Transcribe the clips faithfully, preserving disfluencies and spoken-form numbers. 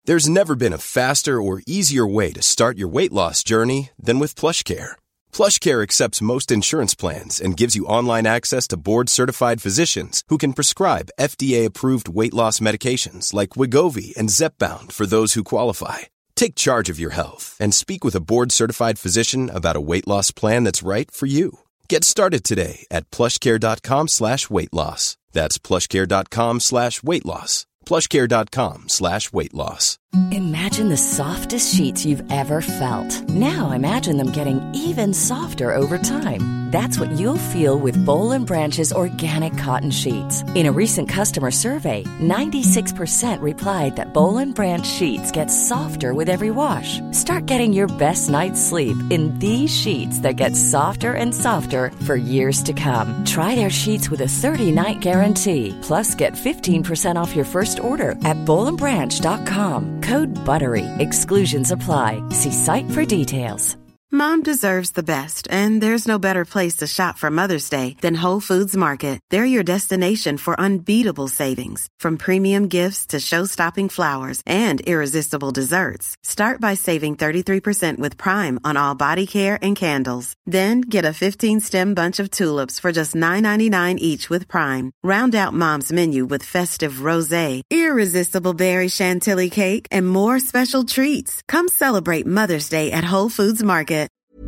There's never been a faster or easier way to start your weight loss journey than with PlushCare. PlushCare accepts most insurance plans and gives you online access to board-certified physicians who can prescribe F D A-approved weight loss medications like Wegovy and Zepbound for those who qualify. Take charge of your health and speak with a board-certified physician about a weight loss plan that's right for you. Get started today at plushcare.com slash weight loss. That's plushcare.com slash weight loss. plushcare.com slash weight loss. Imagine the softest sheets you've ever felt. Now imagine them getting even softer over time. That's what you'll feel with Boll and Branch's organic cotton sheets. In a recent customer survey, ninety-six percent replied that Boll and Branch sheets get softer with every wash. Start getting your best night's sleep in these sheets that get softer and softer for years to come. Try their sheets with a thirty-night guarantee. Plus, get fifteen percent off your first order at boll and branch dot com. Code BUTTERY. Exclusions apply. See site for details. Mom deserves the best, and there's no better place to shop for Mother's Day than Whole Foods Market. They're your destination for unbeatable savings, from premium gifts to show-stopping flowers and irresistible desserts. Start by saving thirty-three percent with Prime on all body care and candles. Then get a fifteen-stem bunch of tulips for just nine ninety-nine each with Prime. Round out Mom's menu with festive rosé, irresistible berry chantilly cake, and more special treats. Come celebrate Mother's Day at Whole Foods Market.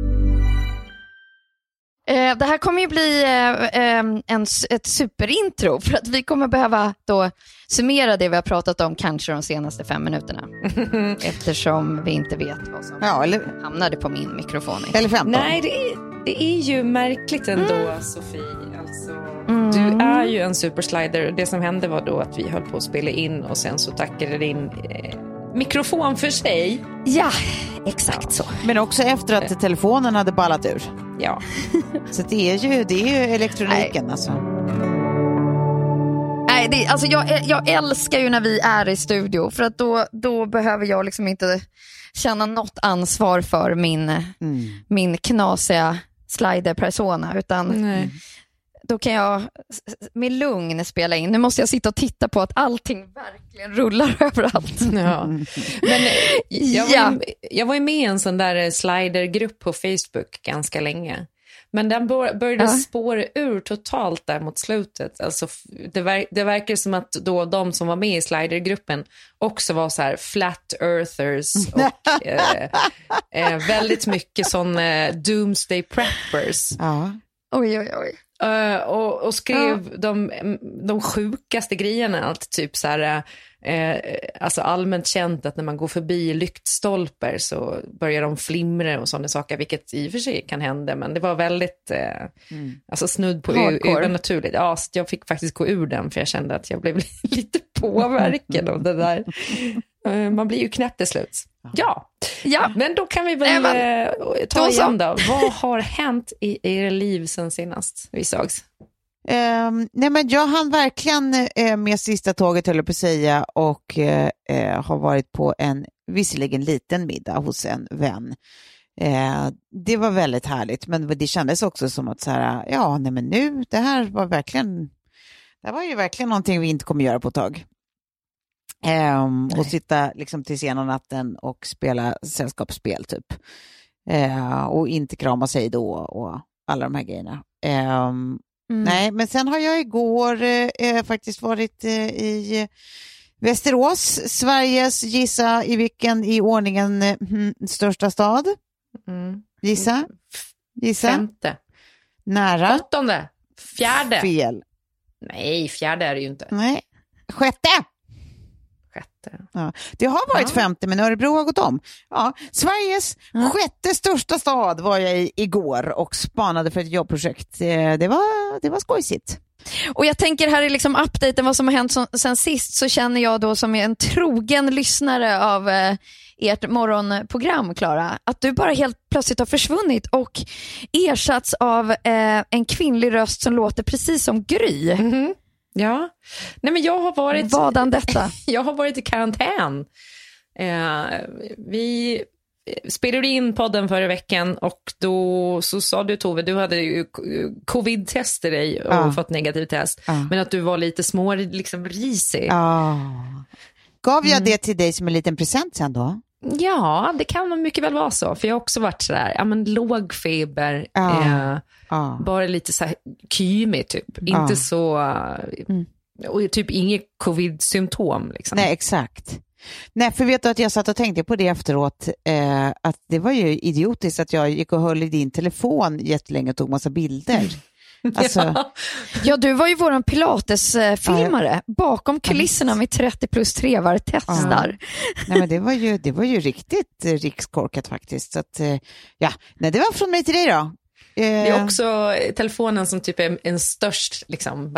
Eh, det här kommer ju bli eh, en, ett superintro, för att vi kommer behöva då summera det vi har pratat om kanske de senaste fem minuterna. Eftersom vi inte vet vad som ja, eller... hamnade på min mikrofon. Eller femton. Nej, det är, det är ju märkligt ändå, mm. Sofie. Alltså, mm. Du är ju en superslider. Det som hände var då att vi höll på att spela in och sen så tackade din eh, mikrofon för sig. Ja, exakt ja. Så. Men också efter att telefonen hade ballat ur. Ja. Så det är ju, det är ju elektroniken. Nej. Alltså. Nej, det, alltså jag, jag älskar ju när vi är i studio, för att då, då behöver jag liksom inte känna något ansvar för min, mm. min knasiga slider-persona, utan Nej. Då kan jag med lugn spela in. Nu måste jag sitta och titta på att allting verkligen rullar överallt. Ja. Men jag, var ju, jag var ju med i en sån där slidergrupp på Facebook ganska länge. Men den började ja. spåra ur totalt där mot slutet. Alltså, det, ver- det verkar som att då de som var med i slidergruppen också var så här flat earthers och eh, eh, väldigt mycket sån eh, doomsday preppers. Ja. Oj, oj, oj. Uh, och, och skrev ja. de, de sjukaste grejerna, allt typ så här, eh, alltså allmänt känt att när man går förbi lyktstolper så börjar de flimra och sådana saker, vilket i och för sig kan hända, men det var väldigt eh, mm. alltså snudd på övernaturligt. Ja, så jag fick faktiskt gå ur den, för jag kände att jag blev lite påverkad av det där. Uh, man blir ju knäpp till slut. Ja. Ja, men då kan vi väl äh, ta då igen då. Vad har hänt i er liv sen senast vi sågs? Um, nej men jag hann verkligen uh, med sista tåget, höll jag på att säga, och uh, uh, har varit på en visserligen liten middag hos en vän. Uh, det var väldigt härligt, men det kändes också som att så här, ja, nej men nu, det här var verkligen, det var ju verkligen någonting vi inte kommer göra på ett tag. Um, och sitta liksom till sena natten och spela sällskapsspel typ. Uh, och inte krama sig då och alla de här grejerna. Um, mm. Nej, men sen har jag igår uh, faktiskt varit uh, i Västerås, Sveriges, gissa i vilken i ordningen uh, största stad? Mm. Gissa? Gissa? Femte. Nära? Åttonde. Fjärde. Fel. Nej, fjärde är det ju inte. Nej. Sjätte. Ja. Det har varit ja. femte, men Örebro har gått om. Ja. Sveriges ja. sjätte största stad var jag i igår och spanade för ett jobbprojekt. Det var, det var skojsigt. Och jag tänker här i liksom updaten vad som har hänt som, sen sist, så känner jag då som en trogen lyssnare av eh, ert morgonprogram, Klara, att du bara helt plötsligt har försvunnit och ersatts av eh, en kvinnlig röst som låter precis som Gry. Mm-hmm. Ja, nej men jag har varit Vadan detta? Jag har varit i karantän. Eh, vi spelade in podden förra veckan och då så sa du, Tove, du hade ju covid-tester dig och ja. fått negativ test, ja. men att du var lite små liksom risig. Ja. Gav jag Mm. det till dig som en liten present sen då? Ja, det kan nog mycket väl vara så. För jag har också varit sådär, ja men låg feber, Ja. eh, Ja. bara lite så här kymig typ. Ja. Inte så, Mm. och typ inget covid-symptom liksom. Nej, exakt. Nej, för vet du att jag satt och tänkte på det efteråt, eh, att det var ju idiotiskt att jag gick och höll i din telefon jättelänge och tog massa bilder. Alltså, Ja. Ja, du var ju våran pilatesfilmare bakom kulisserna med trettio plus trevar testar. nej, men det var ju, det var ju riktigt eh, rikskorkat faktiskt. Så att, eh, ja, nej, det var från mig till dig då. Det är Eh, också telefonen som typ är en störst liksom,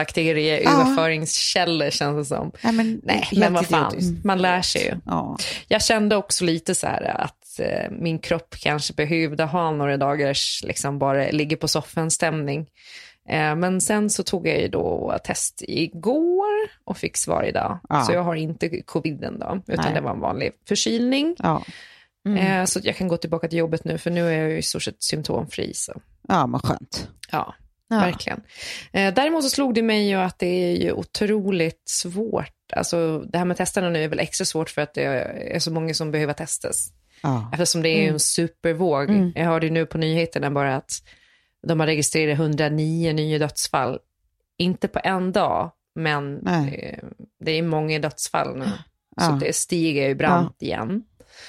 bakterieöverföringskälla känns det som. nej, men, Nej, helt men vad fan, idiotiskt. man lär sig ju. Ja. Jag kände också lite så här att eh, min kropp kanske behövde ha några dagars liksom bara ligga på soffan stämning. Eh, men sen så tog jag ju då test igår och fick svar idag. Ja. Så jag har inte coviden då, utan Nej. det var en vanlig förkylning. Ja. Eh, så att jag kan gå tillbaka till jobbet nu, för nu är jag ju i stort sett symptomfri. Så. ja, men skönt. Ja, Ja. verkligen. Eh, däremot så slog det mig ju att det är ju otroligt svårt. Alltså det här med testerna nu är väl extra svårt för att det är så många som behöver testas. Ja. Eftersom det är ju en supervåg. Mm. Jag hörde ju nu på nyheterna bara att de har registrerat hundranio nya dödsfall. Inte på en dag, men Nej. eh, det är många dödsfall nu. Ja. Så det stiger ju brant igen.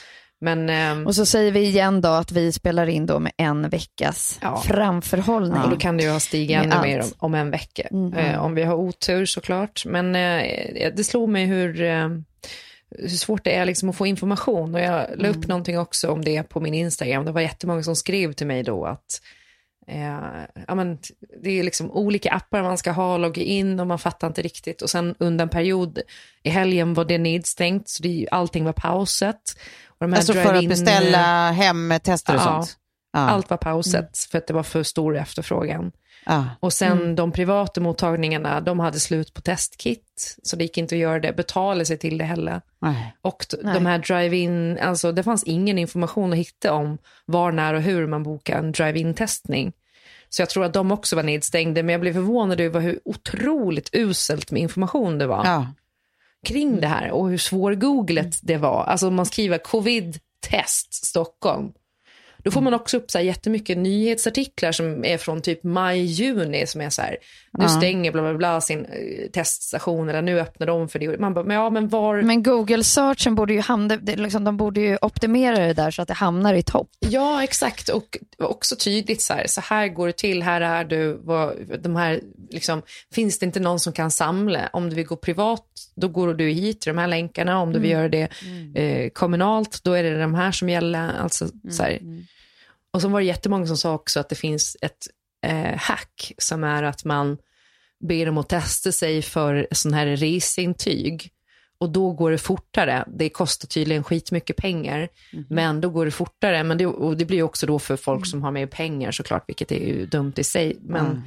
Men ehm, Och så säger vi igen då att vi spelar in då med en veckas Ja. framförhållning. och då kan det ju ha stigit Med ännu allt. mer om, om en vecka. Mm. Eh, om vi har otur såklart. Men eh, det slog mig hur, eh, hur svårt det är liksom att få information. Och jag la upp Mm. någonting också om det på min Instagram. Det var jättemånga som skrev till mig då att eh, ja, men, det är liksom olika appar man ska ha, logga in och man fattar inte riktigt. Och sen under en period i helgen var det nedstängt, så det, allting var pausat. Och de här Alltså för drive-in- att beställa hem tester och Ja. sånt? Ja. Allt var pausat för att det var för stor efterfrågan. Ja. Och sen de privata mottagningarna, de hade slut på testkit. Så det gick inte att göra det, betala sig till det heller. Nej. Och t- Nej. de här drive-in, alltså det fanns ingen information att hitta om var, när och hur man bokar en drive-in-testning. Så jag tror att de också var nedstängda, men jag blev förvånad över hur otroligt uselt med information det var Ja. kring det här. Och hur svårgooglet det var. Alltså om man skriver covid-test Stockholm, då får man också upp så här jättemycket nyhetsartiklar som är från typ maj-juni som är så här, nu Ja. stänger bla bla bla sin eh, teststation, eller nu öppnar de för det. Man bara, men ja men var... Men Google-searchen borde ju hamna, det- liksom, de borde ju optimera det där så att det hamnar i topp. Ja, exakt. Och också tydligt så här, så här går det till, här är du, vad, de här, liksom, finns det inte någon som kan samla? Om du vill gå privat, då går du hit till de här länkarna. Om du vill göra det eh, kommunalt, då är det de här som gäller. Alltså, så här. Och så var det jättemånga som sa också att det finns ett eh, hack som är att man ber dem att testa sig för sån här reseintyg. Och då går det fortare. Det kostar tydligen skitmycket pengar. Men då går det fortare. Men det, och det blir också då för folk som har mer pengar såklart. Vilket är ju dumt i sig. Men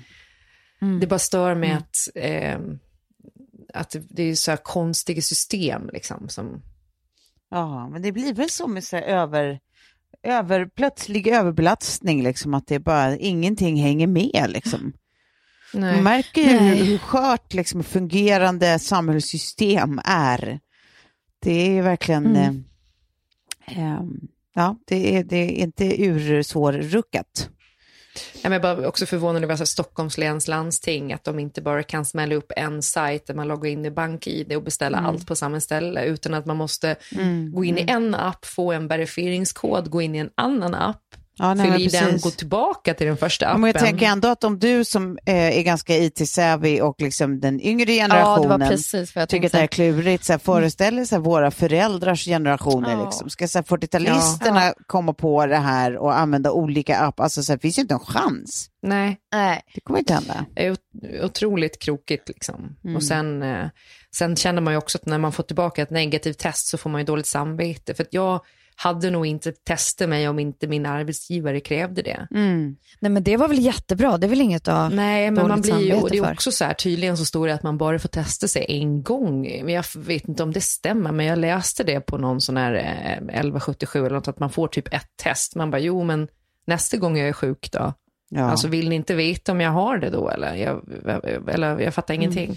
det bara stör med att, eh, att det är så här konstiga system. Liksom, som... Ja, men det blir väl så med så här över, över, plötslig överbelastning, liksom, att det är bara ingenting hänger med. Liksom. Nej. Man märker ju Nej. hur, hur skört liksom, fungerande samhällssystem är. Det är ju verkligen... Mm. Eh, eh, ja, det är, det är inte ursvårruckat. Nej, men jag är bara också förvånad över Stockholms läns landsting, att de inte bara kan smälla upp en sajt där man loggar in i bank-I D och beställa Mm. allt på samma ställe, utan att man måste gå in i en app, få en verifieringskod, gå in i en annan app, Ja, nej, fylla men i den, precis. gå tillbaka till den första Ja, appen. men jag tänker ändå att om du som eh, är ganska I T-savvy och liksom den yngre Ja, det generationen var precis vad jag tycker att det här är tänkte. klurigt, så här, föreställer sig våra föräldrars generationer, Ja. liksom. Ska så här, fyrtiotalisterna komma på det här och använda olika appar? Alltså, så här, det finns ju inte en chans. Nej, Nej. Det kommer inte hända. det är ot- otroligt krokigt liksom. Mm. Och sen, eh, sen känner man ju också att när man får tillbaka ett negativt test så får man ju dåligt samvete, för att jag hade nog inte testat mig om inte min arbetsgivare krävde det. Mm. Nej, men det var väl jättebra. Det är väl inget att... Nej, men man dåligt blir ju, samvete och det är för. också så här, tydligen så står det att man bara får testa sig en gång. Men jag vet inte om det stämmer, men jag läste det på någon sån här eh, elva sjuttiosju eller något, att man får typ ett test. Man bara, jo men nästa gång jag är sjuk då? Ja. Alltså vill ni inte veta om jag har det då? Eller jag, eller jag fattar ingenting.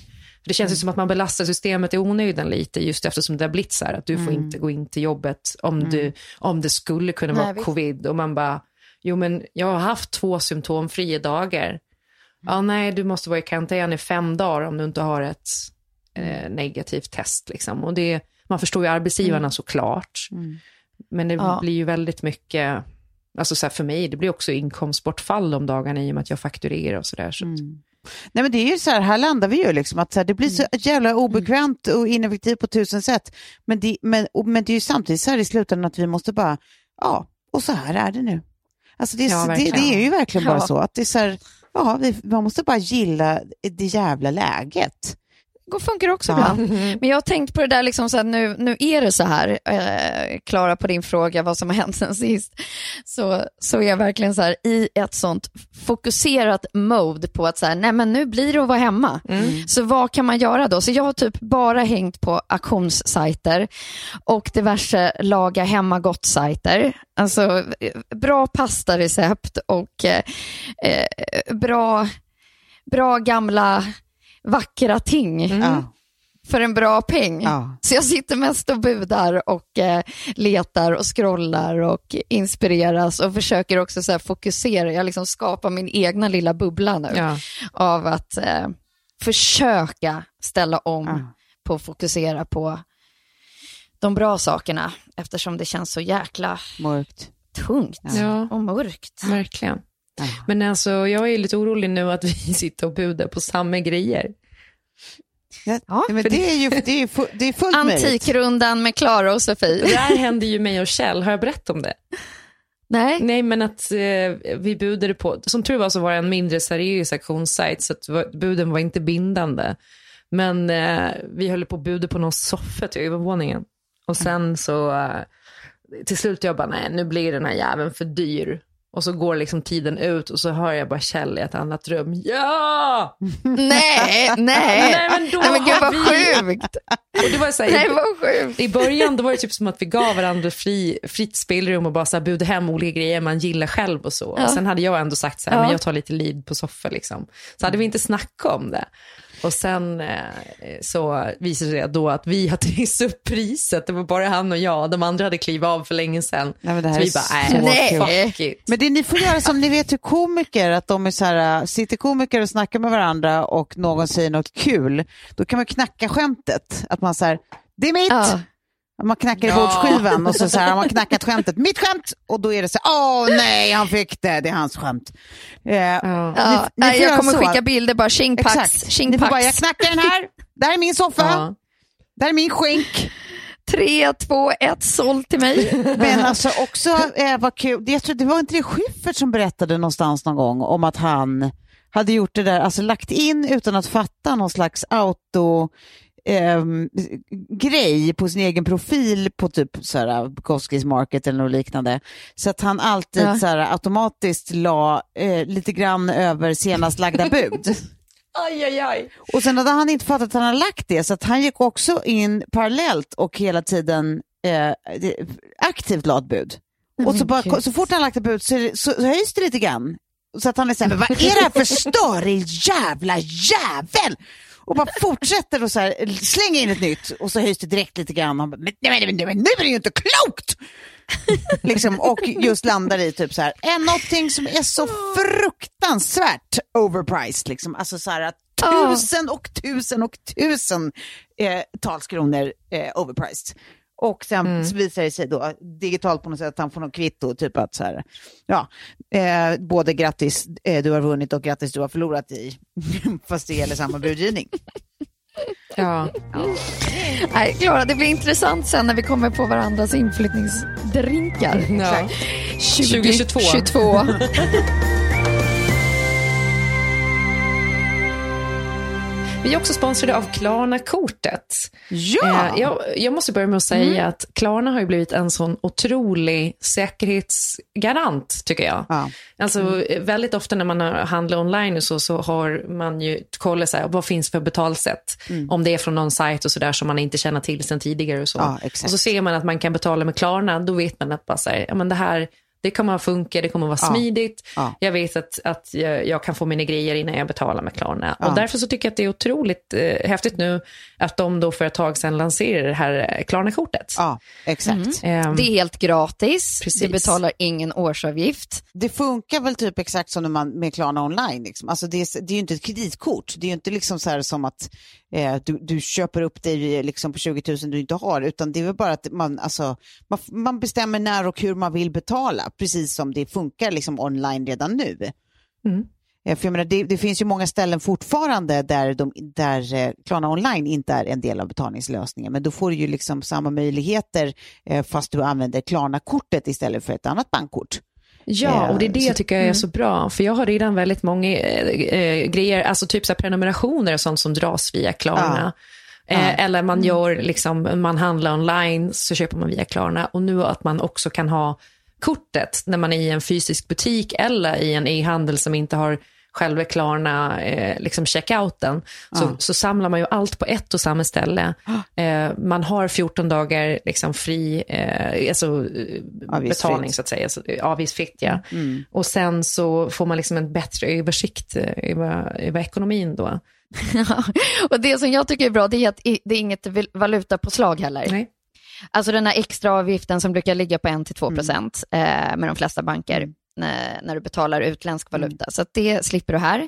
För det känns ju som att man belastar systemet i onödan lite, just eftersom det har blivit så här att du får mm. inte gå in till jobbet om, mm. du, om det skulle kunna vara Nej, covid. Och man bara, jo men jag har haft två symptomfria dagar. Mm. Ja nej, du måste vara i karantän i fem dagar om du inte har ett eh, negativt test liksom. Och det, man förstår ju arbetsgivarna mm. såklart. Mm. Men det ja. blir ju väldigt mycket, alltså så här för mig, det blir också inkomstbortfall de dagarna i och med att jag fakturerar och sådär. Så mm. Nej men det är ju så här, här landar vi ju liksom att så här, det blir så jävla obekvämt och ineffektivt på tusen sätt. Men det, men, och, men det är ju samtidigt så här i slutändan att vi måste bara, ja, och så här är det nu. Alltså det, ja, det, det är ju verkligen bara ja. så att det är så här, ja, vi, man måste bara gilla det jävla läget. Det funkar också ja. ibland. Mm. Men jag har tänkt på det där liksom så att nu, nu är det så här, eh, Klara, på din fråga vad som har hänt sen sist, så, så är jag verkligen så här i ett sånt fokuserat mode på att så här, nej men nu blir det att vara hemma. Mm. Så vad kan man göra då? Så jag har typ bara hängt på auktionssajter och diverse laga hemma gott-sajter. Alltså bra pastarecept och eh, eh, bra, bra gamla vackra ting mm. för en bra peng. Ja. Så jag sitter mest och budar och eh, letar och scrollar och inspireras och försöker också så här fokusera. Jag liksom skapar min egna lilla bubbla nu ja. av att eh, försöka ställa om ja. på att fokusera på de bra sakerna eftersom det känns så jäkla mörkt. Tungt ja. och mörkt. Verkligen. Ja. Men alltså jag är lite orolig nu att vi sitter och budar på samma grejer. Ja, ja, men det är ju det är, fu- det är fullt möjligt. Antikrundan med Klara och Sofie. Det här hände ju mig och Kjell. Har jag berättat om det? Nej. Nej, men att eh, vi budade på, som tur var så var det en mindre seriös auktionssajt så att var, buden var inte bindande. Men eh, vi höll på att buda på någon soffa till övervåningen. Och sen så eh, till slut jag bara, nej nu blir den här jäveln för dyr. Och så går liksom tiden ut och så hör jag bara Kjell i ett annat rum. Ja! Nej, nej. nej men då nej, men gud vad vi... sjukt. Och det var så här, nej, vad sjukt. I början då var det typ som att vi gav varandra fri, fritt spelrum och bara så här budde hem olika grejer man gillar själv och så. Ja. Och sen hade jag ändå sagt så här, ja. men jag tar lite lead på soffa liksom. Så hade vi inte snackat om det. Och sen eh, så visade det då att vi hade trissat upp priset. Det var bara han och jag. De andra hade klivit av för länge sedan. Nej, men det här så vi bara, nej, nej. fuck it. Men det ni får göra som ni vet hur komiker, att de är så här, sitter komiker och snackar med varandra och någon säger något kul. Då kan man knacka skämtet. Att man säger, det är mitt! Ja. Man knackar i bordsskivan och så, så här har man knackat skämtet. Mitt skämt! Och då är det så här, åh nej, han fick det. Det är hans skämt. Eh, ja. ni, ni jag kommer så. skicka bilder bara, tjingpax. Ni får bara, jag knackar den här. Där är min soffa. Ja. Där är min skänk. Tre, två, ett, såld till mig. Men alltså också, eh, vad kul. Jag tror, det var inte det Schyffert som berättade någonstans någon gång om att han hade gjort det där, alltså lagt in utan att fatta någon slags auto... Eh, grej på sin egen profil på typ såhär Bukowskis Market eller något liknande, så att han alltid ja. såhär automatiskt la eh, lite grann över senast lagda bud. Aj, aj, aj. Och sen hade han inte fattat att han hade lagt det, så att han gick också in parallellt och hela tiden eh, aktivt la ett bud. Mm, och så, bara, så fort han lagt ett bud så, så, så höjs det lite grann. Så att han är såhär, vad är det här för störig jävla jävel? Och bara fortsätter och så här, slänga in ett nytt och så höjs det direkt lite grann. Han bara, men, nej, men, nej, men nu är det ju inte klokt! liksom, och just landar i typ så här, är någonting som är så fruktansvärt overpriced. Liksom. Alltså så här, tusen och tusen och tusen eh, talskronor eh, overpriced. Och sen mm. visar det sig då digitalt på något sätt att han får något kvitto, typ att så här, ja, eh, både grattis eh, du har vunnit och grattis du har förlorat i, fast det gäller samma budgivning. Ja. ja. Nej, Klara, det blir intressant sen när vi kommer på varandras inflyttningsdrinkar. Ja. tjugo tjugotvå Vi är också sponsrade av Klarna-kortet. Ja! Eh, jag, jag måste börja med att säga mm. att Klarna har ju blivit en sån otrolig säkerhetsgarant, tycker jag. Ja. Alltså mm. väldigt ofta när man handlar online och så, så har man ju kollat så här, vad finns för betalsätt. Mm. Om det är från någon sajt och så där som man inte känner till sedan tidigare och så. Ja, exakt. Och så ser man att man kan betala med Klarna, då vet man att bara så här, ja, men det här... Det kommer att funka, det kommer att vara Ja. smidigt. Ja. Jag vet att, att jag, jag kan få mina grejer innan jag betalar med Klarna. Ja. Och därför så tycker jag att det är otroligt eh, häftigt nu att de då för ett tag sedan lanserar det här Klarna-kortet. Ja, exakt. Ehm, Det är helt gratis, Precis. du betalar ingen årsavgift. Det funkar väl typ exakt som när man med Klarna online. Liksom. Alltså det, är, det är ju inte ett kreditkort. Det är ju inte liksom så här som att eh, du, du köper upp dig liksom på tjugo tusen du inte har. Utan det är väl bara att man, alltså, man, man bestämmer när och hur man vill betala. Precis som det funkar liksom online redan nu. Mm. Eh, för jag menar, det, det finns ju många ställen fortfarande där, de, där eh, Klarna online inte är en del av betalningslösningen. Men då får du ju liksom samma möjligheter eh, fast du använder Klarna-kortet istället för ett annat bankkort. Ja, och det är det Så- jag tycker jag är så bra. För jag har redan väldigt många eh, eh, grejer, alltså typ så här prenumerationer och sånt som dras via Klarna. Ja. Eh, eller man gör liksom, man handlar online så köper man via Klarna. Och nu att man också kan ha kortet när man är i en fysisk butik eller i en e-handel som inte har själva Klarna eh, liksom checkouten, så, Ja. så samlar man ju allt på ett och samma ställe. Eh, man har fjorton dagar liksom fri eh, alltså, eh, Avgiftsfritt. betalning så att säga, så, eh, avgiftsfritt ja. Mm. Och sen så får man liksom en bättre översikt eh, över, över ekonomin då. Och det som jag tycker är bra, det är att i- det är inget val- valutapåslag heller. Nej. Alltså den här extra avgiften som brukar ligga på en till två procent eh, med de flesta banker när, när du betalar utländsk valuta. Så att det slipper du här.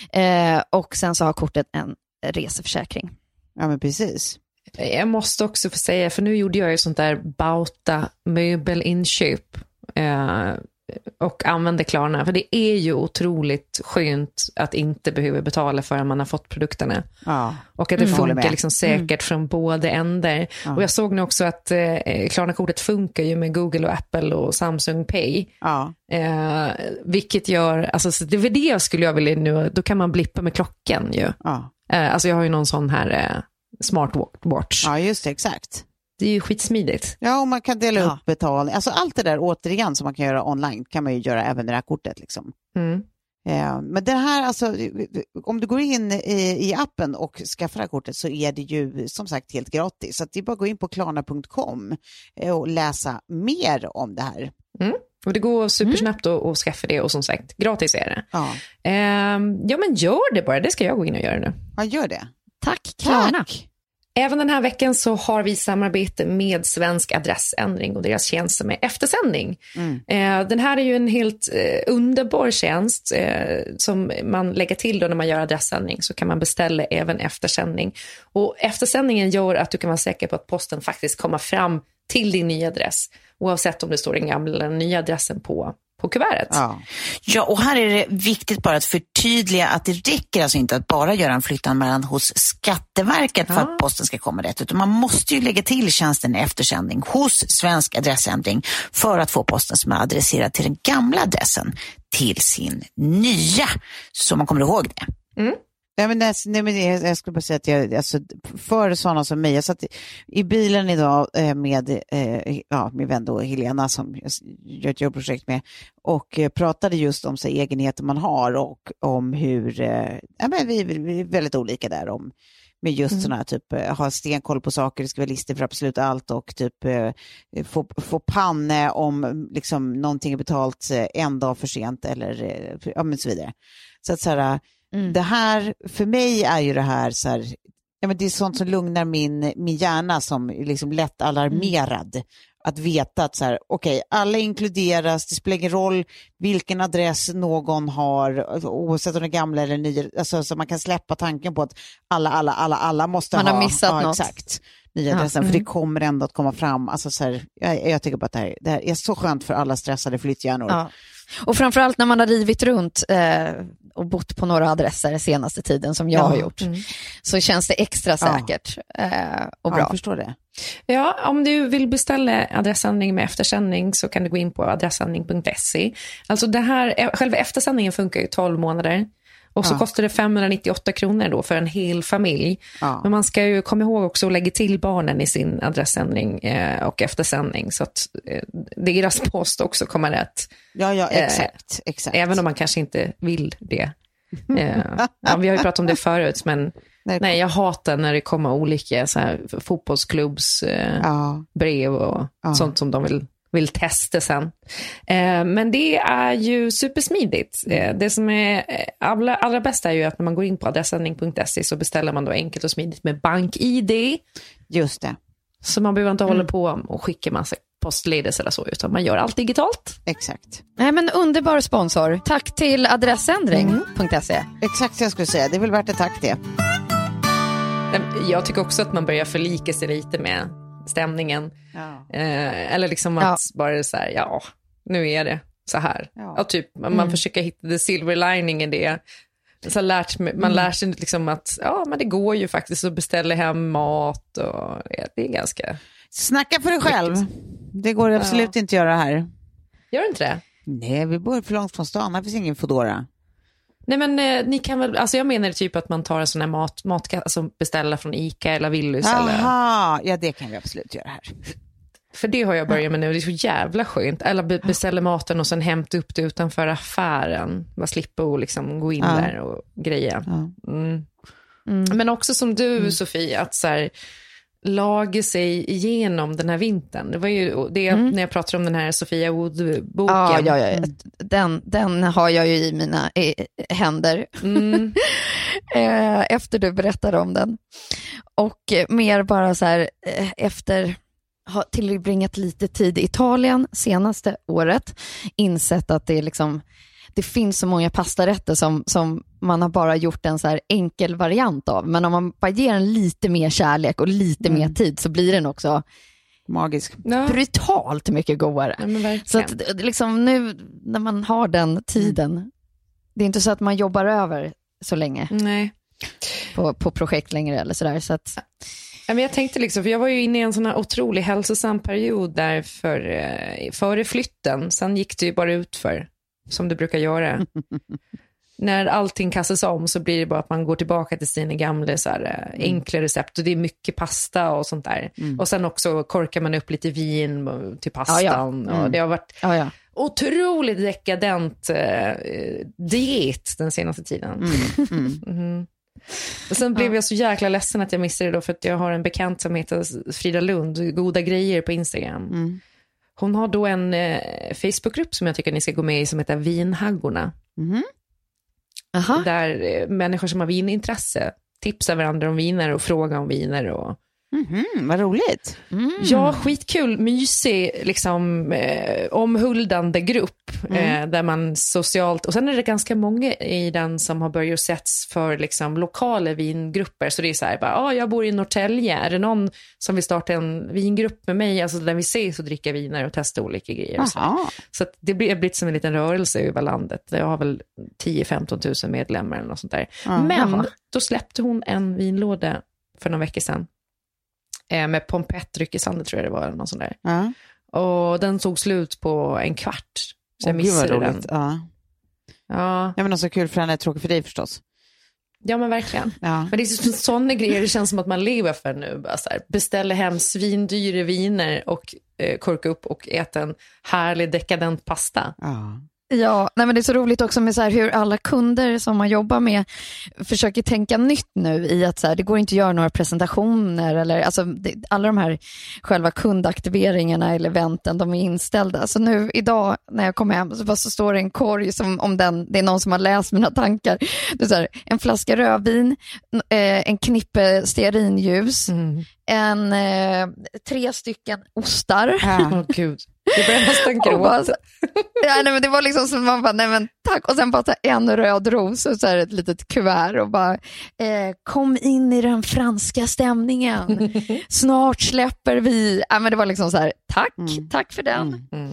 Eh, och sen så har kortet en reseförsäkring. Ja, men precis. Jag måste också få säga, för nu gjorde jag ju sånt där Bauta möbelinköp eh, och använde Klarna. För det är ju otroligt skönt att inte behöva betala förrän man har fått produkterna. Ja. Och att det Mm. Håller funkar med. liksom säkert från båda ändar. Ja. Och jag såg nu också att eh, Klarna-kortet funkar ju med Google och Apple och Samsung Pay. Ja. Eh, vilket gör, alltså så det var det jag skulle jag vilja nu, då kan man blippa med klockan ju. Ja. Eh, alltså jag har ju någon sån här eh, smartwatch. Ja, just det, exakt. Det är ju skitsmidigt. Ja, och man kan dela Ja. upp betalning. Alltså allt det där återigen som man kan göra online kan man ju göra även med det här kortet. Liksom. Mm. Eh, men det här, alltså, om du går in i, i appen och skaffar det här kortet så är det ju som sagt helt gratis. Så att det är bara att gå in på klarna punkt com eh, och läsa mer om det här. Mm. Och det går supersnabbt att, att skaffa det och som sagt, gratis är det. Ja, Eh, ja men gör det bara, det ska jag gå in och göra nu. man gör det. Tack, Klarna. Tack! Även den här veckan så har vi samarbete med Svensk Adressändring och deras tjänst som är eftersändning. Mm. Eh, den här är ju en helt eh, underbar tjänst eh, som man lägger till då när man gör adressändring, så kan man beställa även eftersändning. Och eftersändningen gör att du kan vara säker på att posten faktiskt kommer fram till din nya adress, oavsett om det står den gamla eller den nya adressen på, på kuvertet. Ja. Ja, och här är det viktigt bara att förtydliga att det räcker alltså inte att bara göra en flyttanmälan hos Skatteverket för Ja. att posten ska komma rätt, utan man måste ju lägga till tjänsten eftersändning hos Svensk Adressändring för att få posten som är adresserad till den gamla adressen till sin nya, så man kommer ihåg det. Nej, men, det, nej, men det, jag skulle bara säga att jag, alltså, för sådana som mig, jag satt i bilen idag eh, med eh, ja, min vän då, Helena som jag gör ett jobbprojekt med och eh, pratade just om så, egenheter man har och om hur, eh, ja, men vi, vi är väldigt olika där om med just mm. sådana här typ, eh, ha stenkoll på saker, skriva listor för absolut allt och typ eh, få, få panne om liksom någonting är betalt eh, en dag för sent eller eh, ja, men så vidare. Så att så här, Mm. det här, för mig är ju det här så här, ja men det är sånt som lugnar min, min hjärna som är liksom lätt alarmerad. Mm. Att veta att så här, okej, okay, alla inkluderas, det spelar ingen roll vilken adress någon har, oavsett om det är gamla eller nya, alltså så man kan släppa tanken på att alla, alla, alla, alla måste man ha. Man har missat ja, något. Exakt. Nya adressen, ja. för det kommer ändå att komma fram. Alltså så här, jag, jag tycker bara att det här, det här är så skönt för alla stressade flytthjärnor. Ja. Och framförallt när man har rivit runt eh, och bott på några adresser senaste tiden som jag ja. har gjort, mm. så känns det extra säkert eh, och bra. Ja, jag förstår det. Ja, om du vill beställa adressändring med eftersändning så kan du gå in på adressändring punkt se. Alltså det här, själva eftersändningen funkar ju tolv månader. Och så ja. kostar det femhundranittioåtta kronor då för en hel familj. Ja. Men man ska ju komma ihåg också att lägga till barnen i sin adressändring eh, och eftersändning. Så att eh, deras post också kommer rätt. Ja, ja, exakt. Eh, exakt. Även om man kanske inte vill det. Eh, ja, vi har ju pratat om det förut, men nej, nej, jag hatar när det kommer olika så här, fotbollsklubbs eh, ja. brev och ja. sånt som de vill vill testa sen. Eh, men det är ju supersmidigt. Eh, det som är allra, allra bästa är ju att när man går in på adressändring punkt se så beställer man då enkelt och smidigt med bank-I D. Just det. Så man behöver inte mm. hålla på och skicka massa postledes eller så, utan man gör allt digitalt. Exakt. Nej, men underbar sponsor. Tack till adressändring punkt se. Mm. Exakt så jag skulle säga. Det är väl värt ett tack det. Jag tycker också att man börjar förlika sig lite med stämningen. Ja. Eh, eller liksom att ja. bara så här, ja, nu är det så här. Ja. Och typ, man mm. försöker hitta the silver lining i det. Så lärt, man mm. lär sig liksom att ja, men det går ju faktiskt att beställa hem mat och ja, det är ganska... Snacka för dig själv. Det går absolut ja. inte att göra här. Gör det inte det? Nej, vi bor för långt från stan. Det finns ingen Foodora. Nej, men eh, ni kan väl, alltså jag menar typ att man tar en sån här mat, mat alltså beställa från Ica eller Willys. Jaha, eller... ja det kan vi absolut göra här. För det har jag börjat med nu, det är så jävla skönt. Eller be- beställa maten och sen hämta upp det utanför affären. Man slipper liksom gå in ja. där och greja. Ja. Mm. Mm. Men också som du, mm. Sofie, att så här, laga sig igenom den här vintern. Det var ju det mm. när jag pratade om den här Sofia Wood-boken. Ja, ja, ja. Mm. Den, den har jag ju i mina eh, händer. Mm. Efter du berättade om den. Och mer bara så här, efter ha tillbringat lite tid i Italien senaste året, insett att det är liksom, det finns så många pastarätter som, som man har bara gjort en så här enkel variant av. Men om man bara ger en lite mer kärlek och lite mm. mer tid så blir den också magisk. Brutalt mycket godare. Ja, så att liksom nu när man har den tiden, mm. det är inte så att man jobbar över så länge. Nej. På, på projekt längre eller sådär. Så att... Ja, men jag tänkte liksom, för jag var ju inne i en sån här otrolig hälsosam period där för, före flytten. Sen gick det ju bara ut för som det brukar göra. När allting kastas om så blir det bara att man går tillbaka till sina gamla så här, mm. enkla recept. Och det är mycket pasta och sånt där. Mm. Och sen också korkar man upp lite vin till pastan. Ja, ja. Mm. Och det har varit ja, ja. otroligt dekadent eh, diet den senaste tiden. Mm. Mm. mm. Och sen blev ja. jag så jäkla ledsen att jag missade det då, för att jag har en bekant som heter Frida Lund, Goda grejer på Instagram. Mm. Hon har då en eh, Facebookgrupp som jag tycker ni ska gå med i som heter Vinhaggorna. Mm. Aha. Där eh, människor som har vinintresse tipsar varandra om viner och frågar om viner och Mm-hmm, vad roligt. Mm. Ja, skitkul, mysig liksom eh, omhuldande grupp mm. eh, där man socialt, och sen är det ganska många i den som har börjat sätts för liksom lokala vingrupper, så det är så här, bara, ah, jag bor i Norrtälje, är det någon som vill starta en vingrupp med mig, alltså där vi ses och dricka viner och testa olika grejer och så. Så att det blir blivit som en liten rörelse över landet. Jag har väl tio till femton tusen medlemmar eller något sånt där. Mm. Men Jaha. Då släppte hon en vinlåda för några veckor sedan med pompettdryckeshandel tror jag det var eller någon sån där. Ja. Och den tog slut på en kvart. Så jag missade den. Ja. Ja. Ja, men också kul för henne är tråkigt för dig förstås. Ja men verkligen. Ja. Men det är så, sådana grejer det känns som att man lever för nu. Bara så här, beställer hem svindyra viner och eh, korka upp och äta en härlig dekadent pasta. Ja. Ja, nej men det är så roligt också med så här hur alla kunder som man jobbar med försöker tänka nytt nu i att så här, det går inte att göra några presentationer eller alltså det, alla de här själva kundaktiveringarna eller eventen, de är inställda. Så nu idag när jag kom hem så, bara, så står det en korg som om den, det är någon som har läst mina tankar. Det är så här, en flaska rödvin, eh, en knippe stearinljus, mm. en eh, tre stycken ostar. Ja, oh, gud. Det börjar nästan gråta. Ja, nej, men det var liksom som man bara, nej men tack. Och sen bara ta en röd ros och så här ett litet kuvert och bara, eh, kom in i den franska stämningen. Snart släpper vi. Ja, men det var liksom så här, tack, mm. tack för den. Mm. Mm.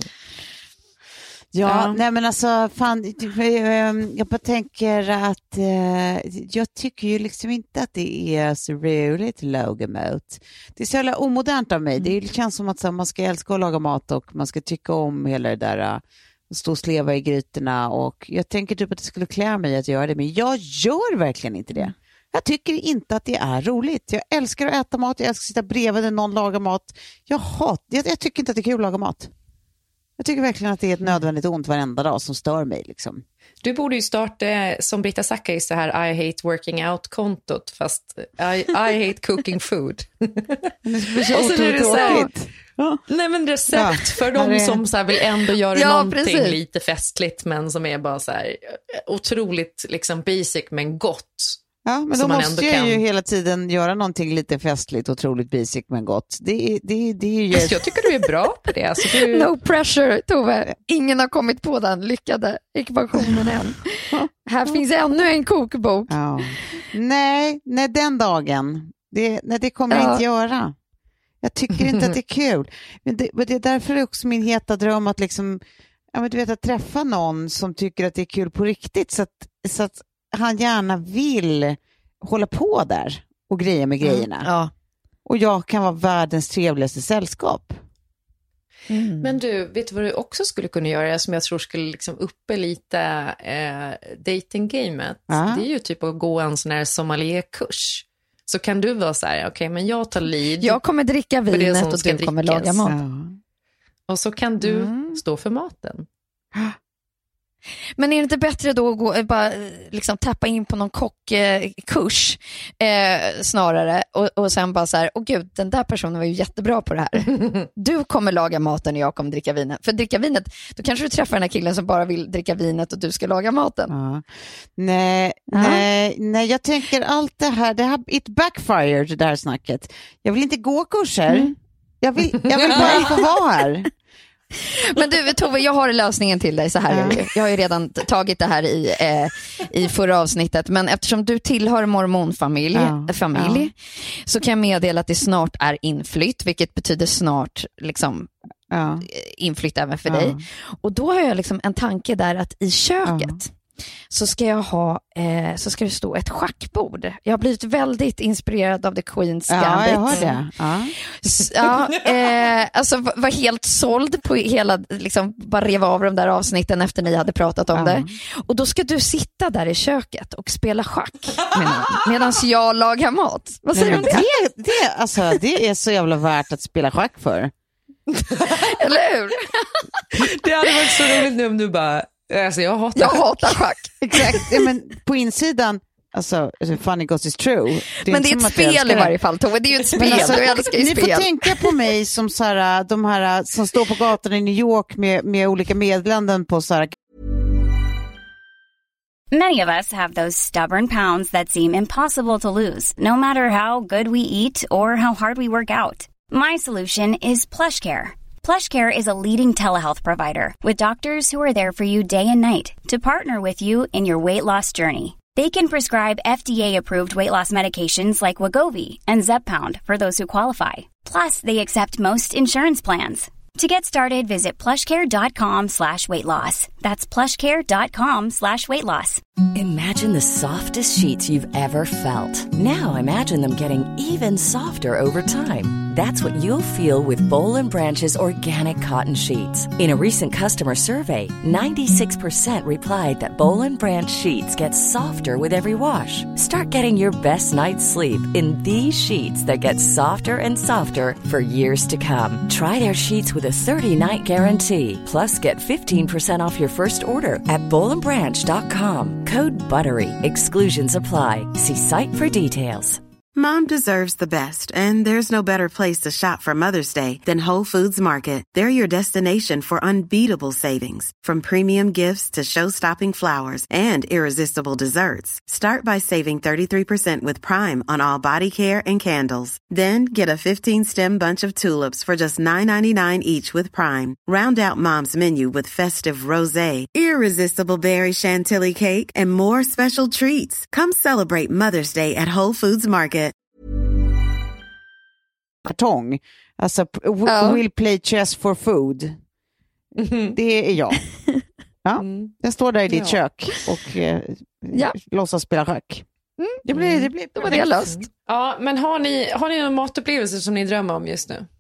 Ja, ja, nej men alltså fan, jag bara tänker att eh, jag tycker ju liksom inte att det är så roligt att laga mat. Det är så jävla omodernt av mig. Mm. Det känns som att så, man ska älska att laga mat och man ska tycka om hela det där uh, stå och sleva i grytorna, och jag tänker typ att det skulle klä mig att göra det, men jag gör verkligen inte det. Jag tycker inte att det är roligt. Jag älskar att äta mat, jag älskar att sitta bredvid när någon lagar mat. Jag, hat, jag, jag tycker inte att det är kul att laga mat. Jag tycker verkligen att det är ett nödvändigt ont varenda dag som stör mig. Liksom. Du borde ju starta som Britta Zackari så här I hate working out-kontot, fast I, I hate cooking food. Det blir så otroligt tråkigt. Nej, men recept Ja, för de är... som så här vill ändå göra Ja, någonting precis. lite festligt, men som är bara så här otroligt liksom basic men gott. Ja, men som då man måste ändå jag kan. ju hela tiden göra någonting lite festligt, otroligt basic men gott. Det, det, det är ju... Alltså, jag tycker du är bra på det. Alltså, du... No pressure, Tove. Ingen har kommit på den lyckade ekvationen än. Här finns ännu en kokbok. Ja. Nej, nej, den dagen. Det, nej, det kommer jag Ja. inte göra. Jag tycker inte att det är kul. Men det, men det är därför också min heta dröm att liksom, ja, men du vet, att träffa någon som tycker att det är kul på riktigt, så att, så att han gärna vill hålla på där och greja med grejerna. Ja. Och jag kan vara världens trevligaste sällskap. Mm. Men du, vet du vad du också skulle kunna göra som jag tror skulle liksom uppe lite eh, datinggamet? Ja. Det är ju typ att gå en sån här sommelierkurs. Så kan du vara så här, okej, okay, men jag tar lead. Jag kommer dricka det vinet som och ska du kommer drickas. laga mat. Ja. Och så kan du Mm. stå för maten. Men är det inte bättre då att gå, bara liksom tappa in på någon kockkurs eh, snarare och, och sen bara så här, åh gud, den där personen var ju jättebra på det här. Du kommer laga maten och jag kommer dricka vinet. För dricka vinet, då kanske du träffar den här killen som bara vill dricka vinet och du ska laga maten. Ja. Nej, Ja. nej, nej, jag tänker allt det här, det här, it backfired, det där snacket. Jag vill inte gå kurser. Mm. Jag vill, jag vill bara få vara här. Men du Tove, jag har lösningen till dig så här. Ja. Är det. Jag har ju redan tagit det här i, eh, i förra avsnittet, men eftersom du tillhör mormonfamilj Ja. familj, så kan jag meddela att det snart är inflytt, vilket betyder snart liksom Ja. inflytt även för Ja. dig. Och då har jag liksom en tanke där att i köket så ska jag ha eh, så ska det stå ett schackbord. Jag har blivit väldigt inspirerad av The Queen's Ja, Gambit. jag hör det. Ja. S- Ja, eh, alltså var var helt såld på hela, liksom bara rev av de där avsnitten efter ni hade pratat om Ja. det. Och då ska du sitta där i köket och spela schack med någon, medan jag lagar mat. Vad säger Nej, du om men det? det, det, alltså, det är så jävla värt att spela schack för. Eller hur? Det hade varit så roligt nu om du bara, alltså jag hatar Jag hatar schack. Exakt, ja, men på insidan, alltså, funny goes is true. Det är Men det är inte ett som att jag spel i älskar varje fall, Tove. Det är ju ett Men spel. alltså, Du älskar ju ni spel. får tänka på mig som så här, de här som står på gatan i New York med, med olika meddelanden på så här. Many of us have those stubborn pounds that seem impossible to lose, no matter how good we eat or how hard we work out. My solution is PlushCare. PlushCare is a leading telehealth provider with doctors who are there for you day and night to partner with you in your weight loss journey. They can prescribe F D A-approved weight loss medications like Wegovy and Zepbound for those who qualify. Plus, they accept most insurance plans. To get started, visit plushcare.com slash weight loss. That's plushcare.com slash weight loss. Imagine the softest sheets you've ever felt. Now imagine them getting even softer over time. That's what you'll feel with Bowl and Branch's organic cotton sheets. In a recent customer survey, ninety-six percent replied that Bowl and Branch sheets get softer with every wash. Start getting your best night's sleep in these sheets that get softer and softer for years to come. Try their sheets with a thirty-night guarantee. Plus, get fifteen percent off your first order at bowl and branch dot com. Code BUTTERY. Exclusions apply. See site for details. Mom deserves the best, and there's no better place to shop for Mother's Day than Whole Foods Market. They're your destination for unbeatable savings, from premium gifts to show-stopping flowers and irresistible desserts. Start by saving thirty-three percent with Prime on all body care and candles. Then get a fifteen-stem bunch of tulips for just nine ninety-nine each with Prime. Round out Mom's menu with festive rosé, irresistible berry chantilly cake, and more special treats. Come celebrate Mother's Day at Whole Foods Market. Kartong. Alltså, w- Ja. will play chess for food. Det är jag. Ja, jag står där i ditt Ja. kök och eh, Ja. låtsas spela schack. Det blir, det blir Då var det löst. Ja, men har ni, har ni någon matupplevelser som ni drömmer om just nu?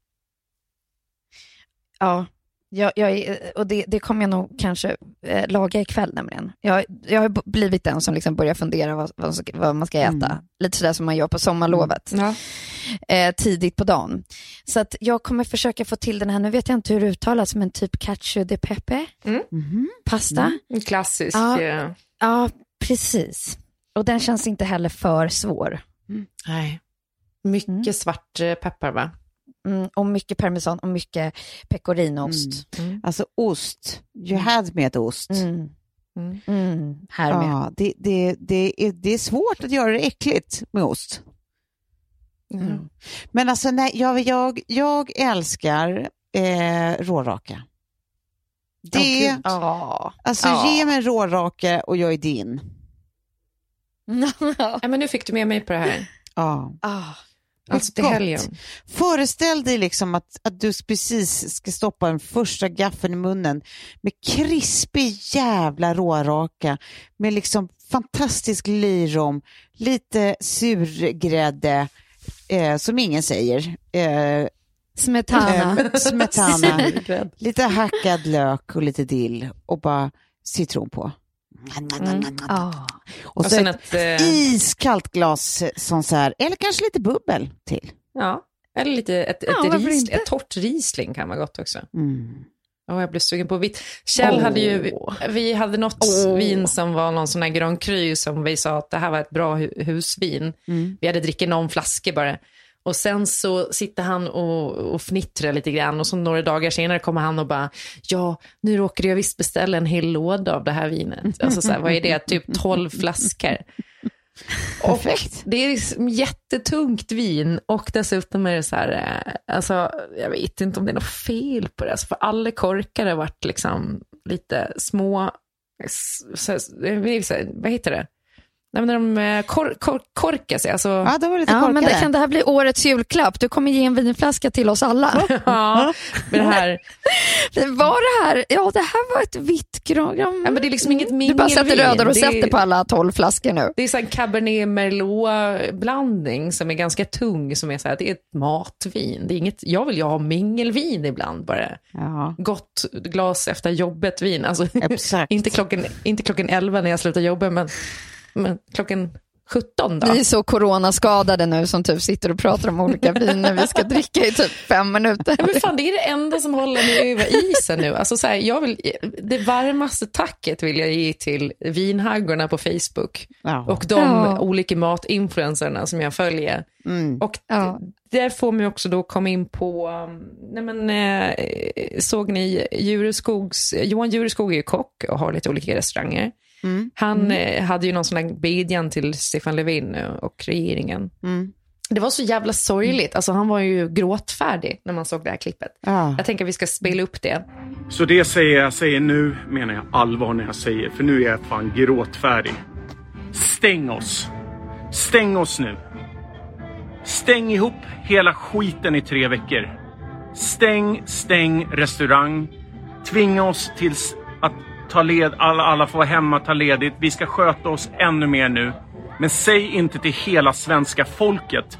Ja, jag, jag, är- och det, det kommer jag nog kanske eh, laga ikväll nämligen. Jag, jag har b- blivit den som liksom börjar fundera vad, vad, ska- vad man ska äta. Mm. Lite sådär som man gör på sommarlovet. Ja. Eh, tidigt på dagen. Så att jag kommer försöka få till den här, nu vet jag inte hur det uttalas, men typ cacio de pepe. Mhm. Pasta. En klassisk. Ja. eh, Ja, precis. Och den känns inte heller för svår. Nej. Mycket Mm. svart eh, peppar, va? Mm, och mycket parmesan och mycket pecorinoost. Mm. Mm. Alltså ost. You had med ost. Mm. Mm. Mm. Här med. Ja, det, det, det, är, det är svårt att göra det äckligt med ost. Mm. Men alltså, nej, jag, jag, jag älskar eh, råraka. Det, oh, ja. Alltså ja. ge mig en råraka och jag är din. Ja, men nu fick du med mig på det här. Ja. Oh. Alltså till helgen. Föreställ dig liksom att, att du precis ska stoppa en första gaffeln i munnen med krispig jävla råraka med liksom fantastisk lyrom, lite surgrädde eh, som ingen säger. Eh, smetana. Eh, smetana. Lite hackad lök och lite dill och bara citron på. Mm. Oh. Och så, och så ett att, eh... iskallt glas som så här, eller kanske lite bubbel till. Ja, eller lite ett, ett, ja, ris, ett torrt Riesling kan vara gott också. Mm. Oh, jag blev sugen på vitt. Kjell oh. hade ju, vi hade något oh. vin som var någon sån här Grand Cru som vi sa att det här var ett bra hu- husvin. Mm. Vi hade drickit någon flaska bara. Och sen så sitter han och, och fnittrar lite grann och så några dagar senare kommer han och bara, ja, nu råkade jag visst beställa en hel låda av det här vinet. Alltså så här, vad är det? Typ tolv flaskor. Perfekt. Och det är jättetungt vin och dessutom är det så här, alltså jag vet inte om det är något fel på det. Alltså, för alla korkar har varit liksom lite små, så, så, vad heter det? Nej, men när de kor, kor, korkar sig. Alltså... Ja, det var lite ja, men det, kan det här bli årets julklapp? Du kommer ge en vinflaska till oss alla. Ja, men det här... Var det här? Ja, det här var ett vitt gram. Ja, men det är liksom inget mingelvin. Du bara sätter röda och det sätter är... på alla tolv flaskor nu. Det är så en Cabernet Merlot-blandning som är ganska tung. Som är så här, det är ett matvin. Det är inget... Jag vill ju ha mingelvin ibland bara. Ja. Gott glas efter jobbet vin. Alltså, inte, klockan, inte klockan elva när jag slutar jobba, men... Men klockan sjutton då. Vi är så coronaskadade nu som typ sitter och pratar om olika viner vi ska dricka i typ fem minuter. Men fan, det är det enda som håller mig över isen nu. Alltså så här, jag vill, det varmaste tacket vill jag ge till vinhaggorna på Facebook. Ja. Och de ja. olika matinfluencerna som jag följer. Mm. Och ja. där får man också då komma in på, nej men, eh, såg ni Jureskogs, Johan Jureskog är ju kock och har lite olika restauranger. Mm. Han mm. eh, hade ju någon sån här bedjan till Stefan Löfven och regeringen. Mm. Det var så jävla sorgligt. Alltså han var ju gråtfärdig när man såg det här klippet. Ah. Jag tänker att vi ska spela upp det. Så det säger jag säger nu menar jag allvar när jag säger. För nu är jag fan gråtfärdig. Stäng oss. Stäng oss nu. Stäng ihop hela skiten i tre veckor. Stäng, stäng restaurang. Tvinga oss till att ta led, alla, alla får vara hemma, ta ledigt. Vi ska sköta oss ännu mer nu. Men säg inte till hela svenska folket.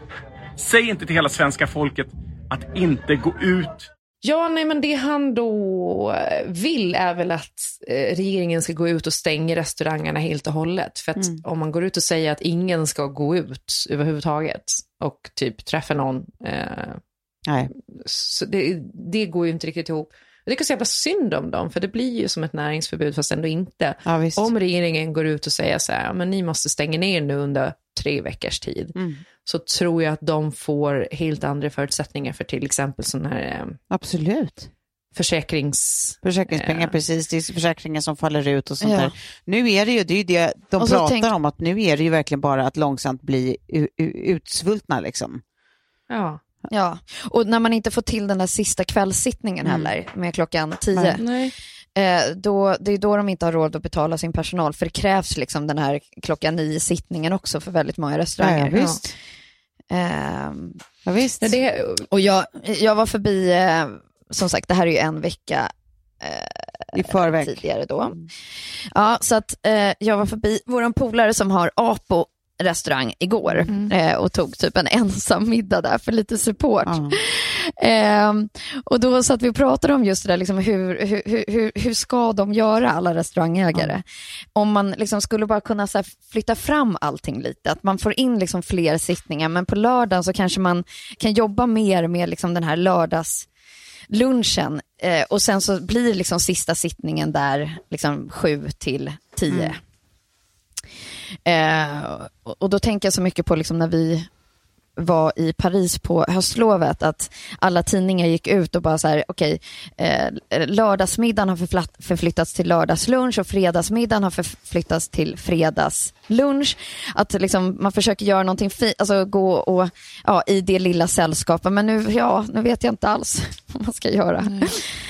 Säg inte till hela svenska folket att inte gå ut. Ja, nej, men det han då vill är väl att eh, regeringen ska gå ut och stänga restaurangerna helt och hållet. För att mm. om man går ut och säger att ingen ska gå ut överhuvudtaget och typ träffa någon. Eh, nej. Så det, det går ju inte riktigt ihop. Det kan så jävla synd om dem, för det blir ju som ett näringsförbud fast ändå inte. Ja, om regeringen går ut och säger så här, men ni måste stänga ner nu under tre veckors tid. Mm. Så tror jag att de får helt andra förutsättningar för till exempel sån här... Absolut. Försäkrings... Försäkringspengar, äh, precis. Det är försäkringar som faller ut och sånt ja. där. Nu är det ju det, är ju det de pratar tänk... om, att nu är det ju verkligen bara att långsamt bli u- u- utsvultna liksom. Ja. Ja, och när man inte får till den där sista kvällssittningen mm. heller med klockan tio, Nej. Eh, då, det är då de inte har råd att betala sin personal, för det krävs liksom den här klockan nio sittningen också för väldigt många restauranger. Ja, ja, visst. Ja. Eh, ja, visst. Ja, det, och jag, jag var förbi, eh, som sagt, det här är ju en vecka eh, i förväg tidigare då. Mm. Ja, så att eh, jag var förbi våran polare som har Apo restaurang igår mm. eh, och tog typ en ensam middag där för lite support. Mm. Eh, och då satt vi och pratade om just det där, liksom, hur, hur, hur, hur ska de göra, alla restaurangägare? Mm. Om man liksom skulle bara kunna så här, flytta fram allting lite, att man får in liksom, fler sittningar, men på lördagen så kanske man kan jobba mer med liksom, den här lördags lunchen eh, och sen så blir liksom sista sittningen där liksom sju till tio. Mm. Eh, och då tänker jag så mycket på liksom när vi var i Paris på höstlovet, att alla tidningar gick ut och bara så här, okej, eh, lördagsmiddagen har förflatt, förflyttats till lördagslunch och fredagsmiddagen har förflyttats till fredagslunch. Att liksom man försöker göra någonting fint, alltså gå och ja, i det lilla sällskapet, men nu, ja, nu vet jag inte alls vad man ska göra. Mm.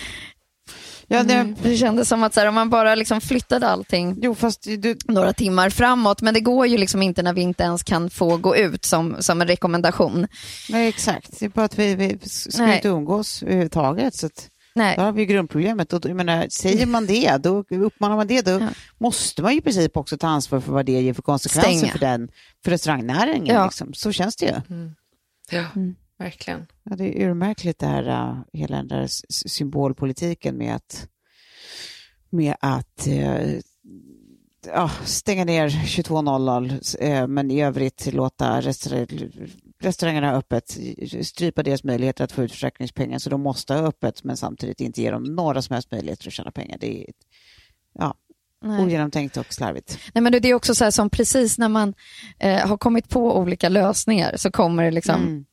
Ja, det... Mm. det kändes som att så här, om man bara liksom flyttade allting jo, fast du... några timmar framåt, men det går ju liksom inte när vi inte ens kan få gå ut som, som en rekommendation. Nej, exakt. Det är bara att vi, vi ska Nej. inte umgås överhuvudtaget, så att Nej. Då har vi grundproblemet. Och, jag menar, säger man det, då uppmanar man det, då ja. måste man ju precis också ta ansvar för vad det ger för konsekvenser Stänga. för den, för restaurangnäringen. Ja. Liksom. Så känns det ju. Mm. Ja. Mm. Verkligen. Ja, det är urmärkligt det här, uh, hela den där symbolpolitiken med att, med att uh, uh, stänga ner tjugotvå noll noll uh, men i övrigt låta restaur- restaurangerna öppet, strypa deras möjligheter att få ut försäkringspengar, så de måste ha öppet, men samtidigt inte ge dem några som helst möjligheter att tjäna pengar. Det är ja, ogenomtänkt och slarvigt. Nej, men det är också så här, som precis när man uh, har kommit på olika lösningar så kommer det liksom mm.